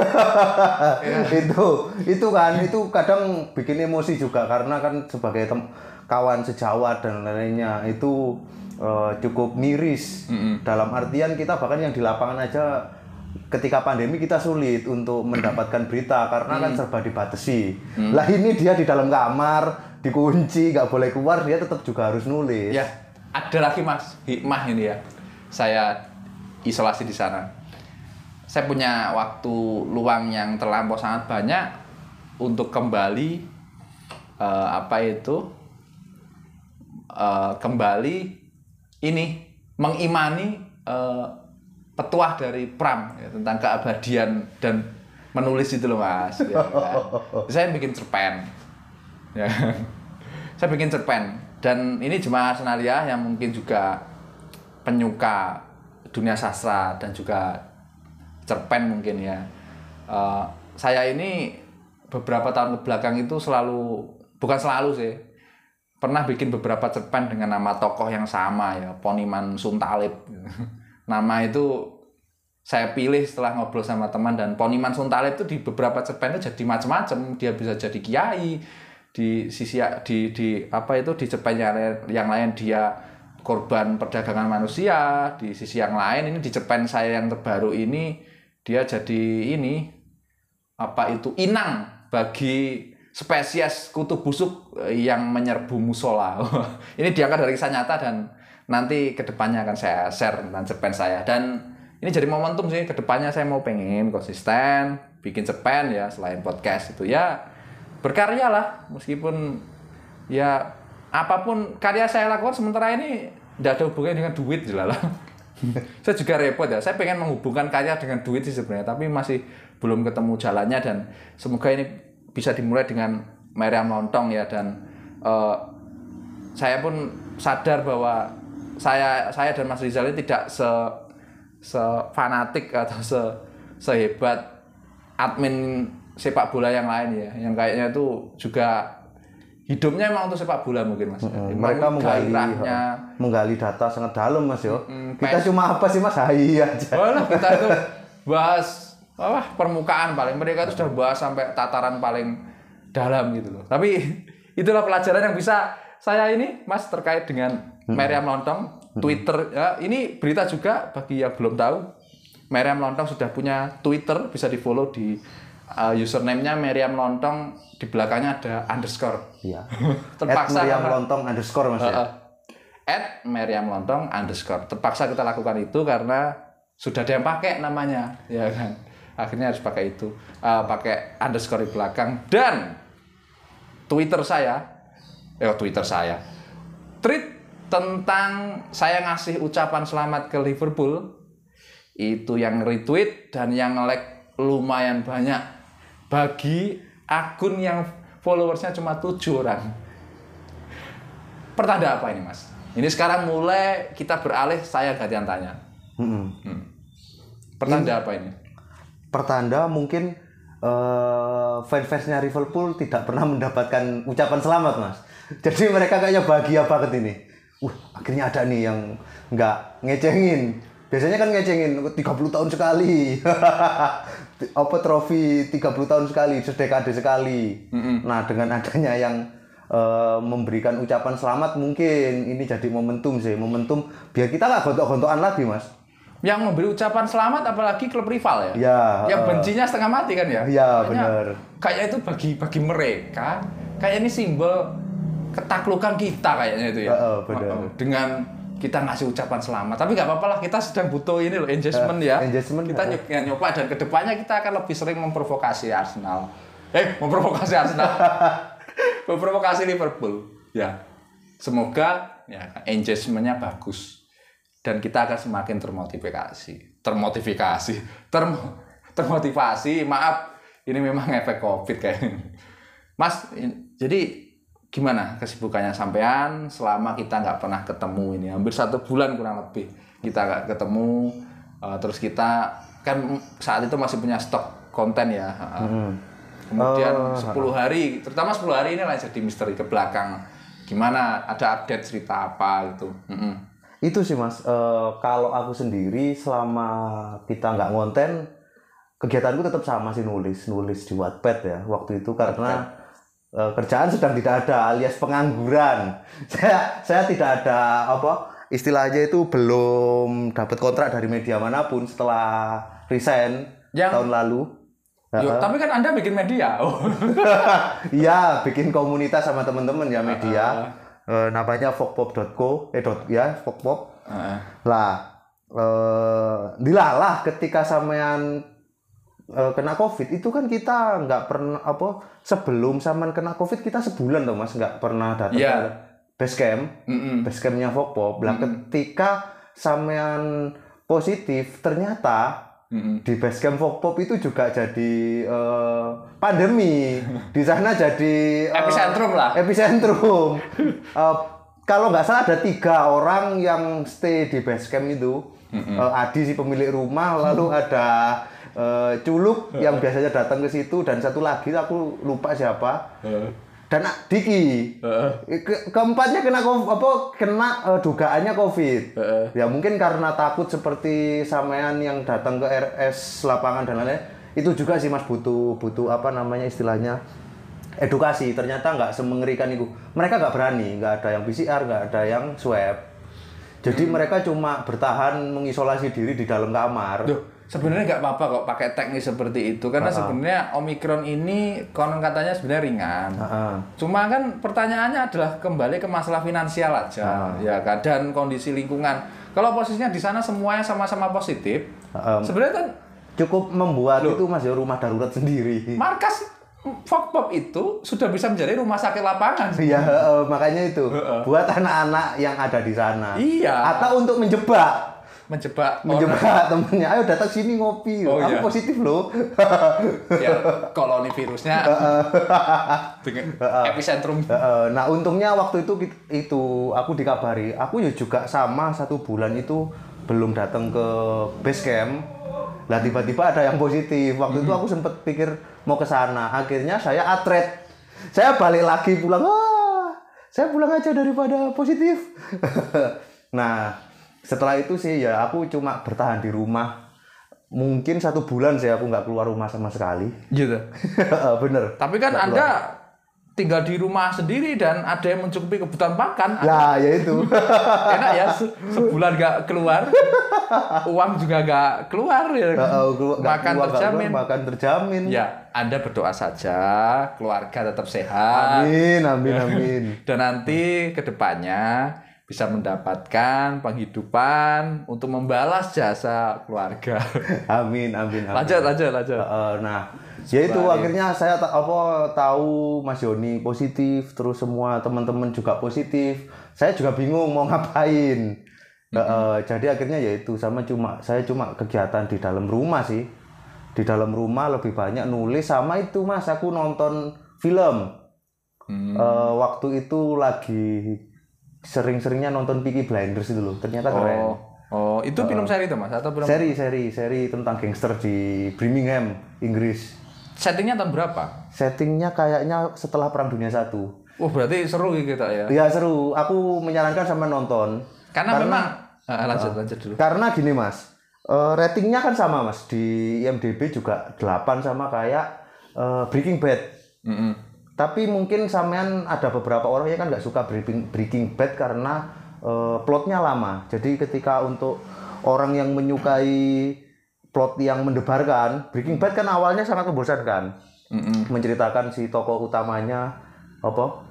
itu, itu kan, itu kadang bikin emosi juga. Karena kan sebagai tem- kawan sejawat dan lainnya, itu uh, cukup miris. Mm-hmm. Dalam artian kita bahkan yang di lapangan aja, ketika pandemi kita sulit untuk mendapatkan berita karena hmm. kan serba dibatasi. Hmm. Lah ini dia di dalam kamar, dikunci, nggak boleh keluar, dia tetap juga harus nulis.
Ya, ada lagi Mas, hikmah ini ya. Saya isolasi di sana. Saya punya waktu luang yang terlampau sangat banyak untuk kembali uh, apa itu? Uh, kembali ini mengimani uh, petuah dari Pram ya, tentang keabadian dan menulis itu loh Mas. Ya, kan? Saya bikin cerpen, ya. Saya bikin cerpen dan ini jemaah Arsenalia yang mungkin juga penyuka dunia sastra dan juga cerpen mungkin ya. Uh, saya ini beberapa tahun kebelakang itu selalu, bukan selalu sih, pernah bikin beberapa cerpen dengan nama tokoh yang sama ya, Poniman Suntalip. Nama itu saya pilih setelah ngobrol sama teman, dan Poniman Suntalip itu di beberapa cerpen itu jadi macam-macam. Dia bisa jadi kiai, di sisi di di apa itu di cerpen yang lain, yang lain dia korban perdagangan manusia, di sisi yang lain ini di cerpen saya yang terbaru ini dia jadi ini apa itu inang bagi spesies kutu busuk yang menyerbu musola. Ini diangkat dari kisah nyata dan nanti kedepannya akan saya share tentang cerpen saya. Dan ini jadi momentum sih, kedepannya saya mau pengen konsisten bikin cerpen ya, selain podcast itu ya berkarya lah, meskipun ya apapun karya saya lakukan sementara ini tidak ada hubungannya dengan duit jelas lah. Saya juga repot ya, saya pengen menghubungkan karya dengan duit sih sebenarnya, tapi masih belum ketemu jalannya. Dan semoga ini bisa dimulai dengan Meriam Lontong ya. Dan uh, saya pun sadar bahwa saya saya dan Mas Rizal ini tidak se sefanatik atau se sehebat admin sepak bola yang lain ya, yang kayaknya itu juga hidupnya emang untuk sepak bola mungkin Mas.
Mm-hmm. Mereka menggali menggali data sangat dalam Mas yo. Mm-hmm. Kita cuma apa sih Mas? Hai aja.
Walah, kita itu bahas wah, permukaan paling, mereka itu sudah bahas sampai tataran paling dalam gitu loh. Tapi itulah pelajaran yang bisa saya ini Mas terkait dengan mm-hmm. Meriam Lontong, Twitter ya. Ini berita juga bagi yang belum tahu. Meriam Lontong sudah punya Twitter, bisa di-follow di uh, username-nya Meriam Lontong, di belakangnya ada underscore.
Iya.
Terpaksa
Meriam Lontong underscore Mas uh, ya.
At Meriam Lontong underscore. Terpaksa kita lakukan itu karena sudah ada yang pakai namanya, ya kan. Akhirnya harus pakai itu, uh, pakai underscore di belakang. Dan Twitter saya, eh Twitter saya, tweet tentang saya ngasih ucapan selamat ke Liverpool. Itu yang retweet dan yang like lumayan banyak bagi akun yang followersnya cuma tujuh orang. Pertanda apa ini Mas? Ini sekarang mulai kita beralih, saya gantian tanya. Hmm. Hmm. Pertanda ini, apa ini?
Pertanda mungkin uh, fans-fansnya Liverpool tidak pernah mendapatkan ucapan selamat Mas. Jadi mereka kayaknya bahagia banget ini. Wah, akhirnya ada nih yang nggak ngecengin. Biasanya kan ngecengin tiga puluh tahun sekali. Apa trofi tiga puluh tahun sekali, sedekade sekali. Mm-hmm. Nah, dengan adanya yang uh, memberikan ucapan selamat mungkin ini jadi momentum sih, momentum biar kita nggak gontok-gontokan lagi, Mas.
Yang memberi ucapan selamat apalagi klub rival ya.
Ya
yang
uh,
bencinya setengah mati kan ya.
Iya, benar.
Kayak itu bagi bagi mereka, kayak ini simbol ketaklukan kita kayaknya itu ya.
Uh, uh, benar.
Uh, dengan kita ngasih ucapan selamat, tapi nggak apa-apa lah, kita sedang butuh ini loh, engagement uh, ya.
Engagement
kita nyoba, nyoba dan kedepannya kita akan lebih sering memprovokasi Arsenal. Eh, memprovokasi Arsenal, memprovokasi Liverpool. Ya, semoga ya engagementnya bagus dan kita akan semakin termotivasi, termotivasi, term, termotivasi. Maaf, ini memang efek COVID kayaknya. Mas, ini, jadi gimana kesibukannya sampean selama kita nggak pernah ketemu ini, hampir satu bulan kurang lebih kita nggak ketemu, uh, terus kita kan saat itu masih punya stok konten ya, uh, hmm. kemudian oh, sepuluh hari, terutama sepuluh hari ini lah jadi misteri ke belakang, gimana, ada update cerita apa gitu. Mm-hmm.
Itu sih Mas, uh, kalau aku sendiri selama kita nggak ngonten, kegiatanku tetap sama sih, nulis nulis di Wattpad ya waktu itu karena Uh, kerjaan sedang tidak ada alias pengangguran. Saya saya tidak ada apa istilahnya itu belum dapat kontrak dari media manapun setelah resign yang, tahun lalu.
Yo, uh, tapi kan Anda bikin media.
Iya, bikin komunitas sama teman-teman ya media. Uh, uh, namanya fogpop dot co eh dot ya fogpop. Uh. Lah uh, dilalah ketika sampean kena COVID itu kan kita nggak pernah apa sebelum saman kena COVID kita sebulan loh Mas nggak pernah datang yeah. ke base camp, mm-hmm. base campnya Fogpop. Lah mm-hmm. ketika sampean positif ternyata mm-hmm. di base camp Fogpop itu juga jadi uh, pandemi di sana jadi uh,
epicentrum lah.
Epicentrum. uh, kalau nggak salah ada tiga orang yang stay di base camp itu. Mm-hmm. uh, Adi si pemilik rumah, lalu ada Uh, Culuk yang biasanya datang ke situ dan satu lagi aku lupa siapa uh. dan Diki uh. Ke keempatnya kena apa kena uh, dugaannya COVID uh. ya mungkin karena takut seperti sampean yang datang ke R S lapangan dan lain-lain itu juga sih Mas butuh butuh apa namanya istilahnya edukasi. Ternyata nggak semengerikan itu, mereka nggak berani, nggak ada yang P C R, nggak ada yang swab. Jadi hmm. mereka cuma bertahan mengisolasi diri di dalam kamar.
Duh, sebenarnya nggak apa-apa kok pakai teknik seperti itu karena uh-uh. sebenarnya Omikron ini konon katanya sebenarnya ringan. Uh-uh. Cuma kan pertanyaannya adalah kembali ke masalah finansial aja, uh-uh. ya kan, dan kondisi lingkungan. Kalau posisinya di sana semuanya sama-sama positif, uh-uh. sebenarnya kan
cukup membuat loh, itu Mas ya rumah darurat sendiri.
Markas Fokpop itu sudah bisa menjadi rumah sakit lapangan.
Iya, uh, makanya itu uh, uh. buat anak-anak yang ada di sana.
Iya.
Atau untuk menjebak,
menjebak,
menjebak temennya. Ayo datang sini ngopi.
Oh,
aku
iya.
positif loh.
Ya, koloni virusnya dengan epicentrum.
Uh, uh, nah untungnya waktu itu itu aku dikabari, aku ya juga sama satu bulan itu belum datang ke base camp. Lah tiba-tiba ada yang positif. Waktu hmm. itu aku sempet pikir mau ke sana. Akhirnya saya atret. Saya balik lagi pulang. Ah, saya pulang aja daripada positif. Nah, setelah itu sih ya aku cuma bertahan di rumah. Mungkin satu bulan sih aku nggak keluar rumah sama sekali.
Gitu.
Bener.
Tapi kan gak Anda keluar. Tinggal di rumah sendiri dan ada yang mencukupi kebutuhan makan.
Lah, ya itu.
Enak ya, se sebulan nggak keluar, uang juga nggak keluar ya.
Uh, uh,
makan
keluar,
terjamin.
Keluar, makan terjamin.
Ya, Anda berdoa saja, keluarga tetap sehat.
Amin, amin, amin.
Dan nanti kedepannya bisa mendapatkan penghidupan untuk membalas jasa keluarga.
Amin, amin, amin.
Lanjut, lanjut, lanjut.
Uh, nah. Ya itu akhirnya saya apa tahu Mas Yoni positif, terus semua teman-teman juga positif. Saya juga bingung mau ngapain. Mm-hmm. uh, jadi akhirnya ya itu sama cuma saya cuma kegiatan di dalam rumah sih. Di dalam rumah lebih banyak nulis sama itu Mas aku nonton film. Mm. Uh, waktu itu lagi sering-seringnya nonton Peaky Blinders itu loh. Ternyata keren.
Oh, oh itu uh, film seri itu Mas atau film
seri seri seri tentang gangster di Birmingham, Inggris.
Settingnya tahun berapa?
Settingnya kayaknya setelah Perang Dunia Satu.
Oh berarti seru gitu ya?
Iya seru. Aku menyarankan sama nonton.
Karena, karena memang uh, lanjut uh, lanjut dulu.
Karena gini Mas, uh, ratingnya kan sama Mas di I M D B juga delapan sama kayak uh, Breaking Bad. Mm-hmm. Tapi mungkin sampean ada beberapa orang yang kan nggak suka Breaking, Breaking Bad karena uh, plotnya lama. Jadi ketika untuk orang yang menyukai plot yang mendebarkan, Breaking Bad kan awalnya sangat membosankan, mm-hmm. menceritakan si tokoh utamanya apa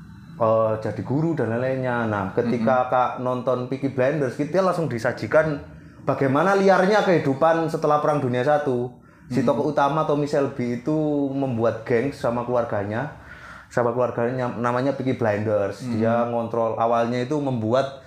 uh, jadi guru dan lain-lainnya. Nah, ketika mm-hmm. Kak nonton Peaky Blinders, kita langsung disajikan bagaimana liarnya kehidupan setelah Perang Dunia Satu. Si mm-hmm. tokoh utama Tommy Shelby itu membuat geng sama keluarganya, sama keluarganya namanya Peaky Blinders. Mm-hmm. Dia ngontrol awalnya itu membuat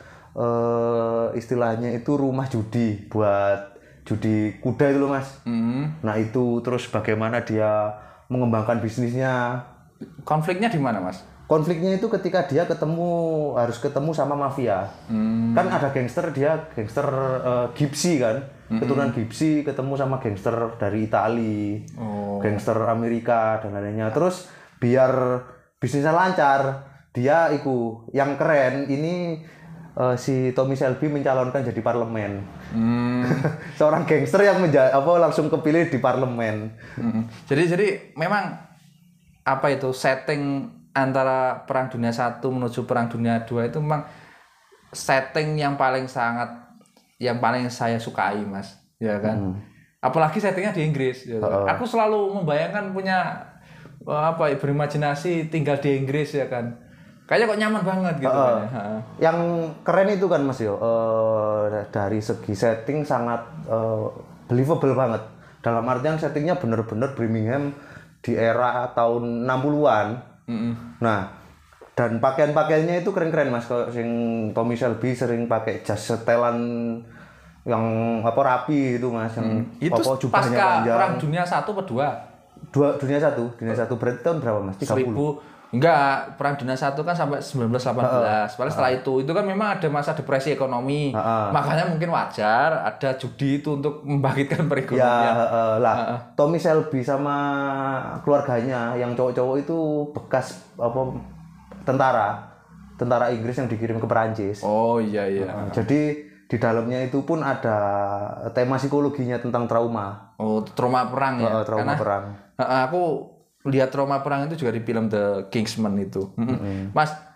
uh, istilahnya itu rumah judi buat judi kuda itu loh Mas. Mm. Nah itu terus bagaimana dia mengembangkan bisnisnya.
Konfliknya di mana Mas?
Konfliknya itu ketika dia ketemu harus ketemu sama mafia. Mm. Kan ada gangster dia gangster uh, Gypsy kan, mm-hmm. keturunan Gypsy ketemu sama gangster dari Itali, oh. gangster Amerika dan lainnya. Terus biar bisnisnya lancar, dia itu yang keren ini. Uh, si Tommy Shelby mencalonkan jadi parlemen. Hmm. Seorang gangster yang menja- apa langsung kepilih di parlemen.
Hmm. Jadi jadi memang apa itu setting antara Perang Dunia Satu menuju Perang Dunia Dua itu memang setting yang paling sangat yang paling saya sukai Mas, ya kan? Hmm. Apalagi settingnya di Inggris. Ya kan? Uh. Aku selalu membayangkan punya apa berimajinasi tinggal di Inggris ya kan. Kayaknya kok nyaman banget gitu
uh,
kan ya.
Yang keren itu kan Mas yo, uh, dari segi setting sangat uh, believable banget. Dalam artian settingnya bener-bener Birmingham di era tahun enam puluhan. Mm-hmm. Nah, dan pakaian-pakaiannya itu keren-keren Mas. Kalau sing Tommy Shelby sering pakai jas setelan yang apa rapi itu Mas, yang
mm. itu
apa jubahnya
pasca
panjang.
Perang Dunia Satu atau dua?
Dua Dunia Satu, Dunia Satu berarti tahun berapa Mas? tiga puluh.
Seribu Enggak, Perang Dunia Satu kan sampai sembilan belas delapan belas. Padahal setelah itu, itu kan memang ada masa depresi ekonomi. Uh-uh. Makanya mungkin wajar ada judi itu untuk membangkitkan perekonomian.
Ya, uh, lah. Uh-uh. Tommy Shelby sama keluarganya yang cowok-cowok itu bekas apa tentara, tentara Inggris yang dikirim ke Perancis.
Oh iya iya. Uh,
jadi di dalamnya itu pun ada tema psikologinya tentang trauma.
Oh, trauma perang ya.
Uh, trauma Karena, perang.
Uh, aku lihat trauma perang itu juga di film The Kingsman itu. Mm-hmm. Mas,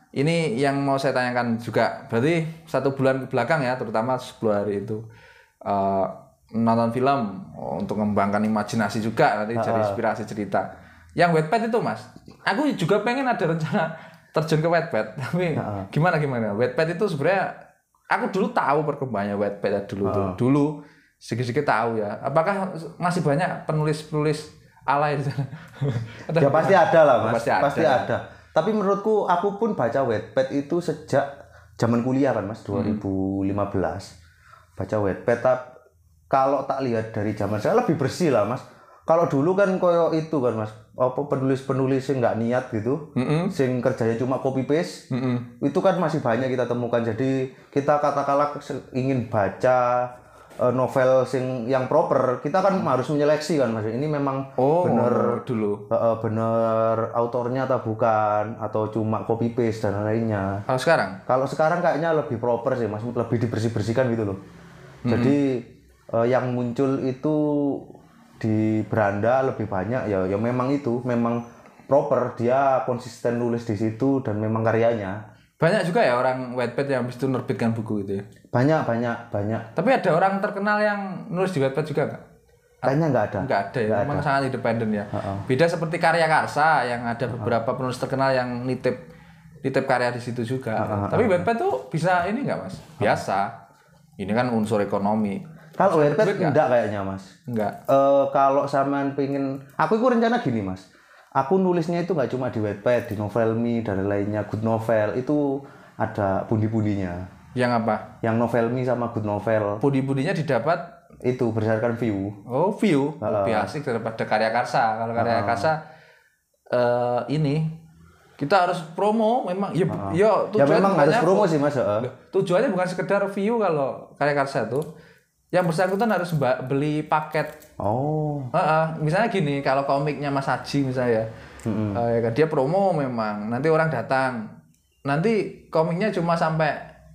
ini yang mau saya tanyakan juga. Berarti satu bulan ke belakang ya, terutama sepuluh hari itu uh, nonton film oh, untuk mengembangkan imajinasi juga nanti jadi inspirasi cerita. Yang Wattpad itu Mas, aku juga pengen ada rencana terjun ke Wattpad, tapi uh-uh. gimana gimana? Wattpad itu sebenarnya aku dulu tahu perkembangannya Wattpad ya, dulu uh-uh. tuh, dulu sedikit-sedikit tahu ya. Apakah masih banyak penulis-penulis alay di sana?
Ya pasti ada lah Mas, pasti ada. Pasti
ya.
ada. Tapi menurutku aku pun baca Wattpad itu sejak zaman kuliah kan Mas, dua ribu lima belas. Hmm. Baca Wattpad. Kalau tak lihat dari zaman saya lebih bersih lah Mas. Kalau dulu kan koyo itu kan Mas, apa penulis-penulis yang nggak niat gitu, mm-hmm. sing kerjanya cuma copy paste, mm-hmm. itu kan masih banyak kita temukan. Jadi kita katakanlah ingin baca uh, novel sing yang proper, kita kan mm. harus menyeleksi kan Mas. Ini memang
oh,
bener
dulu,
uh, bener autornya atau bukan, atau cuma copy paste dan lainnya.
Kalau sekarang?
Kalau sekarang kayaknya lebih proper sih Mas, lebih dibersih-bersihkan gitu loh. Mm-hmm. Jadi uh, yang muncul itu di beranda lebih banyak ya, ya memang itu memang proper, dia konsisten nulis di situ dan memang karyanya.
Banyak juga ya orang Wattpad yang habis itu menerbitkan buku itu ya.
Banyak banyak banyak.
Tapi ada orang terkenal yang nulis di Wattpad juga nggak?
Kayaknya nggak ada.
Nggak ada ya,
nggak
memang
ada.
sangat independen ya. Uh-uh. Beda seperti Karya Karsa yang ada beberapa uh-uh. penulis terkenal yang nitip nitip karya di situ juga. Uh-uh. Tapi Wattpad tuh bisa ini nggak Mas? Biasa. Uh-uh. Ini kan unsur ekonomi.
Kalau Wattpad enggak kayaknya Mas.
Enggak.
Uh, kalau sampean pengen, aku itu rencana gini Mas. Aku nulisnya itu nggak cuma di Wattpad, di Novelme dan lainnya, Good Novel itu ada pundi-pundinya.
Yang apa?
Yang Novelme sama Good Novel.
Pundi-pundinya didapat
itu berdasarkan view.
Oh view. Uh, Lebih asik daripada Karya Karsa. Kalau Karya uh, Karsa uh, ini kita harus promo memang. Ya, uh, ya,
ya memang harus promo sih Mas. Uh.
Tujuannya bukan sekedar view kalau Karya Karsa itu. Yang bersangkutan harus beli paket.
Oh.
Uh, uh, misalnya gini, kalau komiknya Mas Haji misalnya, mm-hmm. uh, ya, dia promo memang. Nanti orang datang, nanti komiknya cuma sampai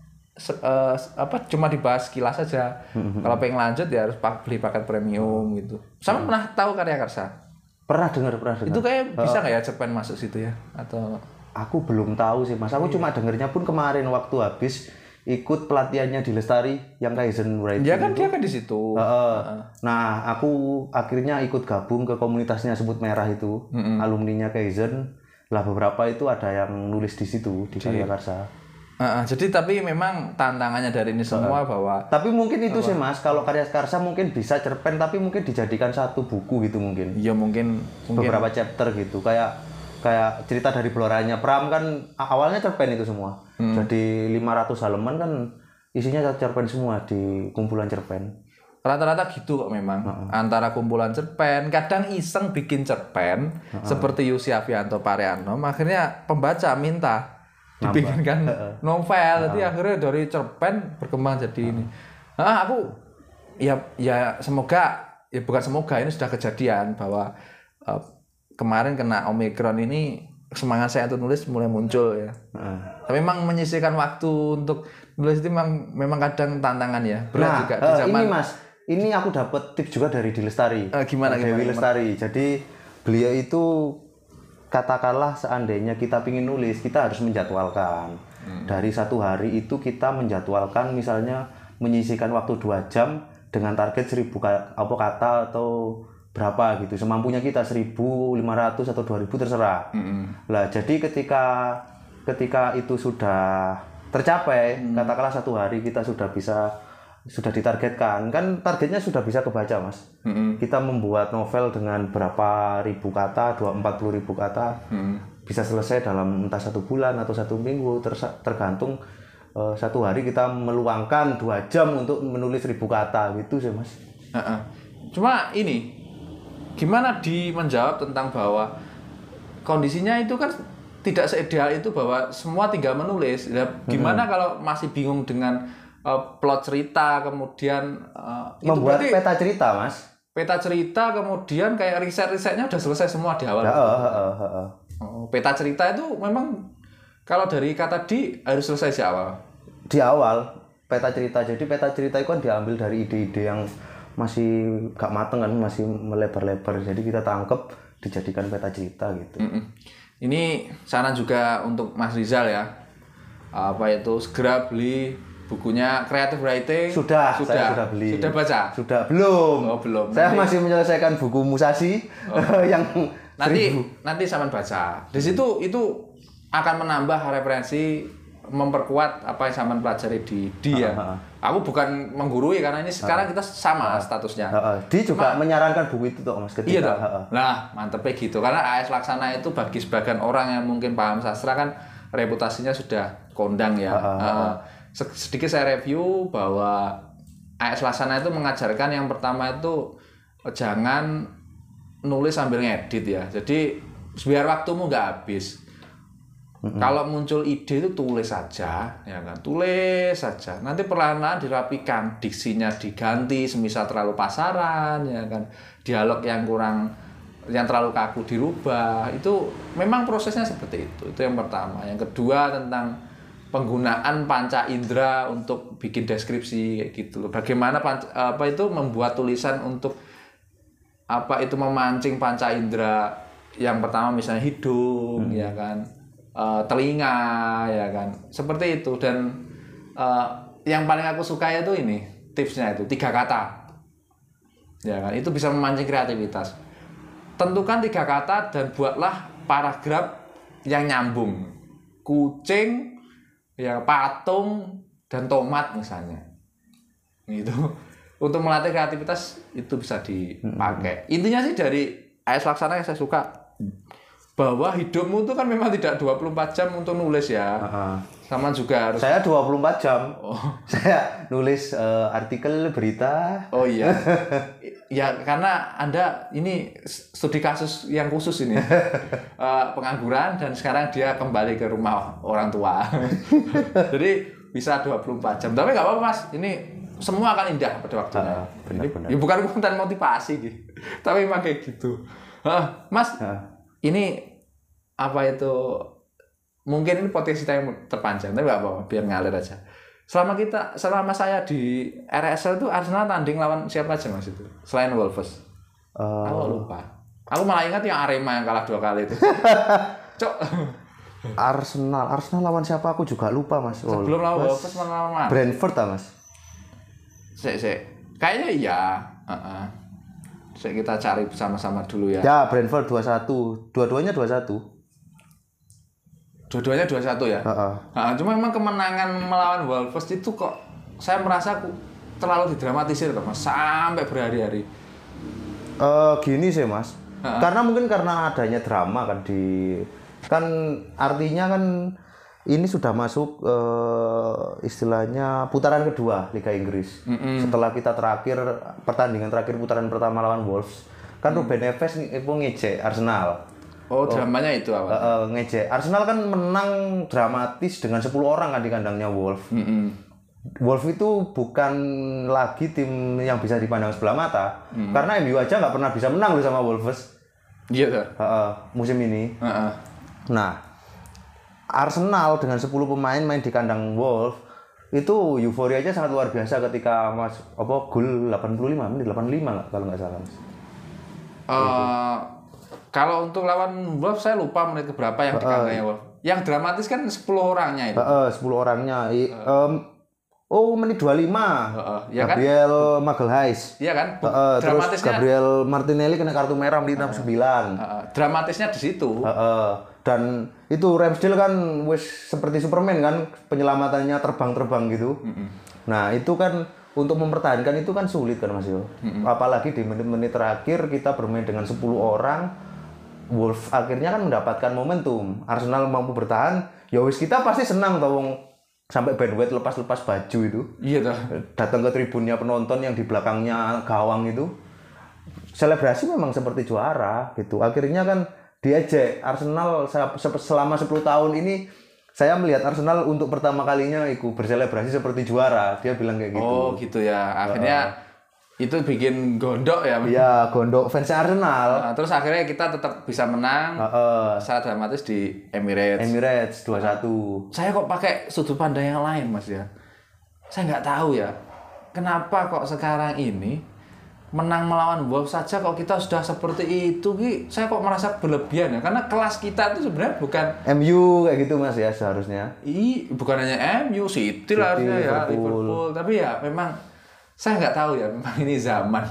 uh, apa? Cuma dibahas sekilas saja. Mm-hmm. Kalau pengen lanjut ya harus beli paket premium gitu. Sama mm-hmm. pernah tahu Karya Karsa?
Pernah dengar, pernah dengar.
Itu kayak uh, bisa nggak ya Cerpen masuk situ ya? Atau?
Aku belum tahu sih Mas. Aku iya. cuma dengernya pun kemarin waktu habis ikut pelatihannya di Lestari yang Kaizen Writing.
Ya kan itu. Dia kan di situ.
Uh, uh. Nah, aku akhirnya ikut gabung ke komunitasnya Semut Merah itu, mm-hmm. alumninya Kaizen. Lah beberapa itu ada yang nulis di situ di Karya Karsa.
Uh, uh, jadi tapi memang tantangannya dari ini semua uh. bahwa.
Tapi mungkin itu apa? Sih Mas, kalau Karya Karsa mungkin bisa cerpen tapi mungkin dijadikan satu buku gitu mungkin.
Iya mungkin.
Beberapa mungkin. Chapter gitu kayak. Kayak cerita dari Bloranya Pram kan awalnya cerpen itu semua. Hmm. Jadi lima ratus halaman kan isinya cerpen semua di kumpulan cerpen.
Rata-rata gitu kok memang. Uh-uh. Antara kumpulan cerpen, kadang iseng bikin cerpen uh-uh. seperti Yusi Avianto Parianom, akhirnya pembaca minta dibikinkan uh-uh. novel. Uh-uh. Jadi akhirnya dari cerpen berkembang jadi uh-uh. ini. Nah, aku ya ya semoga ya bukan semoga ini sudah kejadian bahwa uh, kemarin kena Omikron ini semangat saya untuk nulis mulai muncul ya. Uh. Tapi memang menyisihkan waktu untuk nulis itu memang memang kadang tantangan ya. Berat nah, juga di zaman.
Ini Mas, ini aku dapat tips juga dari Di Lestari.
Uh, gimana
Dewi
gimana?
Lestari. Jadi beliau itu katakanlah seandainya kita ingin nulis, kita harus menjadwalkan. Hmm. Dari satu hari itu kita menjadwalkan misalnya menyisihkan waktu dua jam dengan target seribu apa kata atau berapa gitu, semampunya kita seribu lima ratus atau dua ribu terserah. Mm-hmm. Lah jadi ketika ketika itu sudah tercapai, mm. katakanlah satu hari kita sudah bisa sudah ditargetkan, kan targetnya sudah bisa kebaca Mas. Mm-hmm. Kita membuat novel dengan berapa ribu kata, dua empat puluh ribu kata, mm. bisa selesai dalam entah satu bulan atau satu minggu, ter- tergantung uh, satu hari kita meluangkan dua jam untuk menulis ribu kata gitu sih Mas.
Uh-uh. Cuma ini gimana di menjawab tentang bahwa kondisinya itu kan tidak seideal itu bahwa semua tinggal menulis. Ya, gimana hmm. kalau masih bingung dengan uh, plot cerita, kemudian uh,
membuat
itu
peta cerita, Mas.
Peta cerita, kemudian kayak riset-risetnya udah selesai semua di awal.
Ya, uh, uh, uh, uh.
Oh, peta cerita itu memang kalau dari kata di harus selesai di awal.
Di awal peta cerita. Jadi peta cerita itu kan diambil dari ide-ide yang masih gak mateng kan, masih melebar-lebar, jadi kita tangkep dijadikan peta cerita gitu.
Mm-mm. Ini saran juga untuk Mas Rizal ya, apa itu segera beli bukunya Creative Writing.
Sudah,
sudah,
saya sudah beli.
Sudah baca?
Sudah, belum.
Oh, belum.
Saya
Nanti,
masih menyelesaikan buku Musashi oh. yang
nanti
seribu.
nanti sampean baca. Di situ itu akan menambah referensi, memperkuat apa yang sampean pelajari di dia. Uh, uh, uh. Aku bukan menggurui karena ini sekarang uh, kita sama uh, statusnya.
Uh, uh. Dia juga Ma menyarankan buku itu tuh Mas ketika.
Iya toh. Uh, uh. Nah, mantepnya gitu. Karena A S Laksana itu bagi sebagian orang yang mungkin paham sastra kan reputasinya sudah kondang ya. Uh, uh, uh. Uh, sedikit saya review bahwa A S Laksana itu mengajarkan yang pertama itu jangan nulis sambil ngedit ya. Jadi biar waktumu nggak habis. Mm-hmm. Kalau muncul ide itu tulis saja, ya kan? Tulis saja. Nanti perlahan-lahan dirapikan, diksinya diganti, semisal terlalu pasaran, ya kan? Dialog yang kurang, yang terlalu kaku dirubah. Itu memang prosesnya seperti itu. Itu yang pertama. Yang kedua tentang penggunaan panca indera untuk bikin deskripsi kayak gitu loh. Bagaimana panca, apa itu membuat tulisan untuk apa itu memancing panca indera. Yang pertama misalnya hidung, hmm. ya kan? Uh, telinga ya kan seperti itu. Dan uh, yang paling aku suka itu ini tipsnya itu tiga kata ya kan, itu bisa memancing kreativitas. Tentukan tiga kata dan buatlah paragraf yang nyambung. Kucing ya, patung dan tomat misalnya itu untuk melatih kreativitas itu bisa dipakai. Intinya sih dari A S Laksana yang saya suka bahwa hidupmu itu kan memang tidak dua puluh empat jam untuk nulis ya. Uh-huh. Sama juga harus. Saya
dua puluh empat jam. Oh. Saya nulis uh, artikel berita.
Oh iya. Ya karena Anda ini studi kasus yang khusus ini. uh, pengangguran dan sekarang dia kembali ke rumah orang tua. Jadi bisa dua puluh empat jam. Tapi nggak apa-apa Mas. Ini semua akan indah pada waktunya. Uh, benar-benar. Ya bukan konten motivasi gitu. Tapi memang kayak gitu. Uh, Mas. Uh. Ini apa itu mungkin ini potensi yang terpanjang tapi nggak apa-apa biar ngalir aja. Selama kita selama saya di R S L itu Arsenal tanding lawan siapa aja Mas itu selain Wolves? Uh... Aku lupa. Aku malah ingat yang Arema yang kalah dua kali itu. Cok.
Arsenal Arsenal lawan siapa aku juga lupa Mas.
Sebelum lawan Wolves lawan mana?
Brentford ah Mas.
Sik sik. Kayaknya iya. Uh-uh. Kita cari bersama-sama dulu ya.
Ya, Brentford dua satu. Dua-duanya dua satu.
Dua-duanya dua satu ya?
Uh-uh.
Nah, cuma memang kemenangan melawan Wolves itu kok saya merasa terlalu didramatisir Mas, sampai berhari-hari.
Uh, gini sih Mas. Uh-uh. Karena mungkin karena adanya drama kan di kan artinya kan ini sudah masuk uh, istilahnya putaran kedua Liga Inggris. Mm-hmm. Setelah kita terakhir pertandingan terakhir putaran pertama lawan Wolves, kan mm. Ruben Neves itu ngejek Arsenal.
Oh, dramanya oh, itu apa?
Uh, uh, ngejek. Arsenal kan menang dramatis dengan sepuluh orang kan di kandangnya Wolves. Mm-hmm. Wolves itu bukan lagi tim yang bisa dipandang sebelah mata, mm-hmm. karena M U aja nggak pernah bisa menang loh sama Wolves.
Iya tuh.
Uh, uh, musim ini. Uh-uh. Nah. Arsenal dengan sepuluh pemain main di kandang Wolves itu euforianya sangat luar biasa ketika Mas apa gol delapan puluh lima menit delapan puluh lima nggak kalau nggak salah Mas.
Uh, kalau untuk lawan Wolves saya lupa menit keberapa yang di kandangnya uh, Wolves. Yang dramatis kan sepuluh orangnya itu.
Uh, uh, sepuluh orangnya. I, uh. um, oh menit dua puluh lima. Uh, uh, ya Gabriel kan? Magalhaes.
Iya kan?
Uh, uh, terus Gabriel Martinelli kena kartu merah menit enam puluh sembilan.
Uh, uh, dramatisnya di situ.
Uh, uh. Dan itu Ramsdale kan wis seperti Superman kan, penyelamatannya terbang-terbang gitu. Mm-hmm. Nah itu kan untuk mempertahankan itu kan sulit kan Mas Yo. Mm-hmm. Apalagi di menit-menit terakhir kita bermain dengan sepuluh orang, Wolves akhirnya kan mendapatkan momentum. Arsenal mampu bertahan, ya wis kita pasti senang tau sampai Ben White lepas-lepas baju itu.
Iya toh.
Datang ke tribunnya penonton yang di belakangnya gawang itu. Selebrasi memang seperti juara gitu. Akhirnya kan diajak Arsenal selama sepuluh tahun ini saya melihat Arsenal untuk pertama kalinya ikut berselebrasi seperti juara. Dia bilang kayak gitu.
Oh, gitu ya. Akhirnya uh, itu bikin gondok ya.
Iya, gondok fans Arsenal.
Uh, terus akhirnya kita tetap bisa menang uh, uh, secara dramatis di Emirates.
Emirates dua satu.
Saya kok pakai sudut pandang yang lain, Mas ya. Saya nggak tahu ya. Kenapa kok sekarang ini menang melawan Wolves saja kok kita sudah seperti itu, Ki. Saya kok merasa berlebihan ya, karena kelas kita itu sebenarnya bukan
M U kayak gitu Mas ya seharusnya.
I, bukan hanya M U, City lah harusnya ya,
Liverpool.
Liverpool. Tapi ya memang saya nggak tahu ya, memang ini zaman.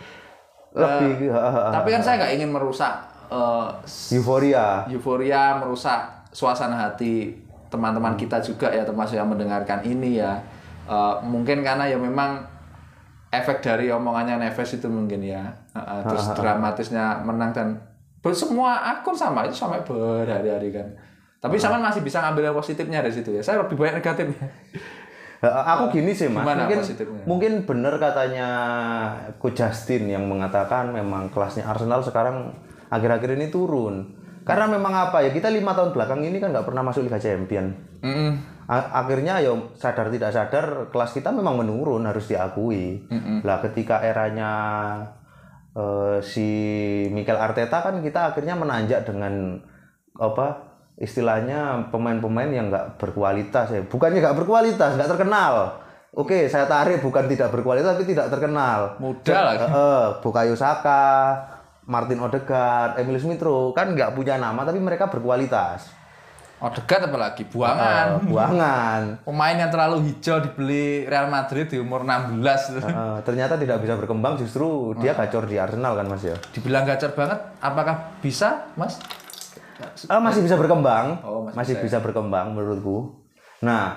Lebih
uh, tapi kan saya nggak ingin merusak uh,
euforia.
Euforia, merusak suasana hati teman-teman kita juga ya, termasuk yang mendengarkan ini ya. Uh, mungkin karena ya memang efek dari omongannya Neves itu mungkin ya, uh, terus dramatisnya menang dan semua akun sama itu sampai berhari-hari kan. Tapi Saman masih bisa ngambil yang positifnya dari situ ya. Saya lebih banyak negatifnya.
Aku gini sih Mas,
Gimana
mungkin
positifnya?
mungkin benar katanya Coach Justin yang mengatakan memang kelasnya Arsenal sekarang akhir-akhir ini turun. Karena memang apa ya, kita lima tahun belakang ini kan nggak pernah masuk Liga Champion.
Mm-mm.
Akhirnya ya sadar tidak sadar kelas kita memang menurun, harus diakui.
Mm-mm.
Lah ketika eranya uh, si Mikel Arteta kan kita akhirnya menanjak dengan apa istilahnya pemain-pemain yang nggak berkualitas ya. Bukannya nggak berkualitas, nggak terkenal. Oke, saya tarik bukan tidak berkualitas tapi tidak terkenal.
Muda lagi.
Uh, Bukayo Saka, Martin Odegaard, Emil Smith Rowe kan nggak punya nama tapi mereka berkualitas.
Odegaard apalagi buangan.
Uh, buangan.
Pemain yang terlalu hijau dibeli Real Madrid di umur enam belas.
Uh, ternyata tidak bisa berkembang, justru dia gacor di Arsenal kan Mas ya.
Dibilang gacor banget, apakah bisa, Mas?
Uh, masih bisa berkembang,
oh, masih,
masih bisa, bisa berkembang menurutku. Nah,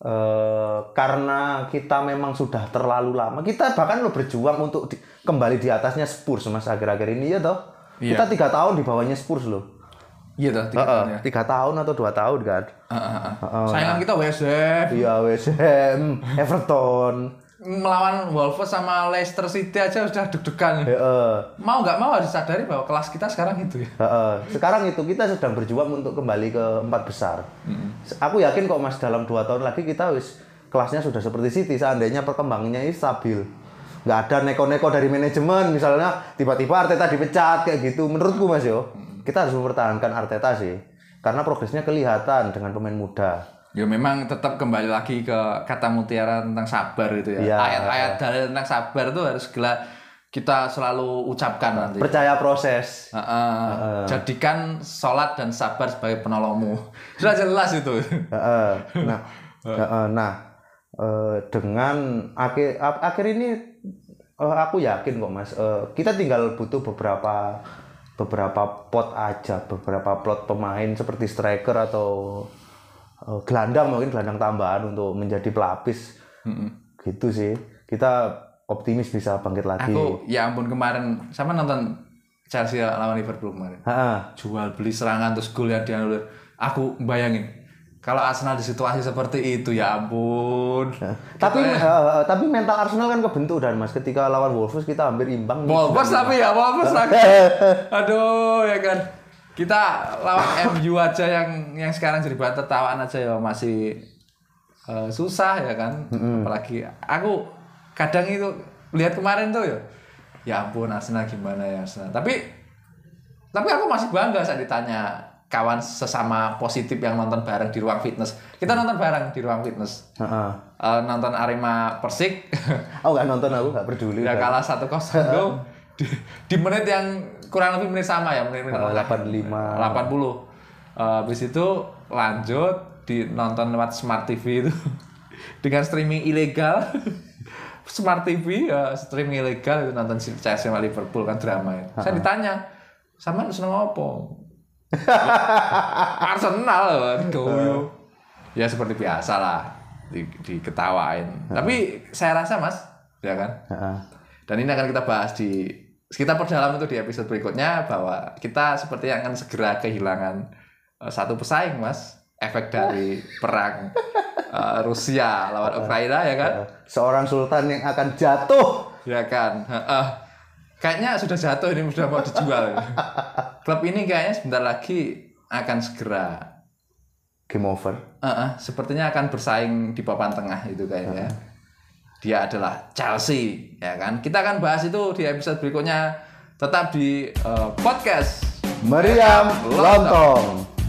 uh, karena kita memang sudah terlalu lama, kita bahkan lo berjuang untuk di, kembali di atasnya Spurs Mas akhir-akhir ini ya toh. Iya. Kita tiga tahun di bawahnya Spurs loh.
Iya toh, tiga, uh, tahun, ya.
tiga tahun atau dua tahun kan.
Uh, uh, uh. Uh, Saingan kita West Ham.
Iya West Ham, Everton.
Melawan Wolves sama Leicester City aja sudah deg-degan.
Uh,
mau nggak mau harus sadari bahwa kelas kita sekarang itu ya.
Uh, uh. Sekarang itu kita sedang berjuang untuk kembali ke empat besar. Mm-hmm. Aku yakin kok Mas dalam dua tahun lagi kita wis kelasnya sudah seperti City, seandainya perkembangannya ini stabil. Nggak ada neko-neko dari manajemen, misalnya tiba-tiba Arteta dipecat kayak gitu. Menurutku Mas yo, mm-hmm. kita harus mempertahankan Arteta sih, karena progresnya kelihatan dengan pemain muda.
Ya memang tetap kembali lagi ke kata mutiara tentang sabar itu ya. Ya ayat-ayat dari tentang sabar itu harus segala kita selalu ucapkan nanti.
Percaya proses.
Uh, uh, uh. Jadikan sholat dan sabar sebagai penolongmu. Sudah jelas itu.
Uh, uh. Nah, uh, uh, nah uh, dengan akhir akhir ini uh, aku yakin kok Mas. Uh, kita tinggal butuh beberapa beberapa pot aja, beberapa plot pemain seperti striker atau Uh, gelandang mungkin gelandang tambahan untuk menjadi pelapis. Mm-hmm. Gitu sih, kita optimis bisa bangkit lagi.
Aku ya ampun kemarin sama nonton Chelsea lawan Liverpool kemarin.
Ha-ha.
Jual beli serangan terus gol yang dianulir. Aku bayangin kalau Arsenal di situasi seperti itu ya ampun.
Nah, tapi uh, tapi mental Arsenal kan kebentuk dan Mas ketika lawan Wolves kita hampir imbang.
Wolves tapi ya Wolves lagi. Aduh ya kan. Kita lawan M U aja yang yang sekarang jadi bahan tertawaan aja ya masih uh, susah ya kan. Mm-hmm. Apalagi aku kadang itu lihat kemarin tuh ya. Ya ampun Arsenal gimana ya Arsenal. Tapi tapi aku masih bangga saat ditanya kawan sesama positif yang nonton bareng di ruang fitness. Kita nonton bareng di ruang fitness. Uh-huh. Uh, nonton Arema Persik.
Oh nggak nonton aku nggak peduli.
Ya kalah satu kosong di, di menit yang kurang lebih menit sama ya menit, menit
uh, delapan puluh lima
delapan puluh uh, habis itu lanjut di nonton lewat Smart T V itu dengan streaming ilegal. Smart T V ya streaming ilegal itu nonton Chelsea sama Liverpool kan drama ya. Uh-huh. Saya ditanya sama lu seneng apa? Arsenal kan uh. Ya seperti biasa lah di, diketawain. Uh-huh. Tapi saya rasa Mas ya kan uh-huh. Dan ini akan kita bahas di kita perdalam itu di episode berikutnya bahwa kita seperti akan segera kehilangan uh, satu pesaing Mas, efek dari perang uh, Rusia lawan Ukraina ya kan,
seorang sultan yang akan jatuh
ya kan, uh, uh, kayaknya sudah jatuh ini sudah mau dijual. Klub ini kayaknya sebentar lagi akan segera
game over.
Uh, uh, sepertinya akan bersaing di papan tengah itu kayaknya. Uh. Dia adalah Chelsea, ya kan? Kita akan bahas itu di episode berikutnya. Tetap di uh, podcast
Meriam Lontong.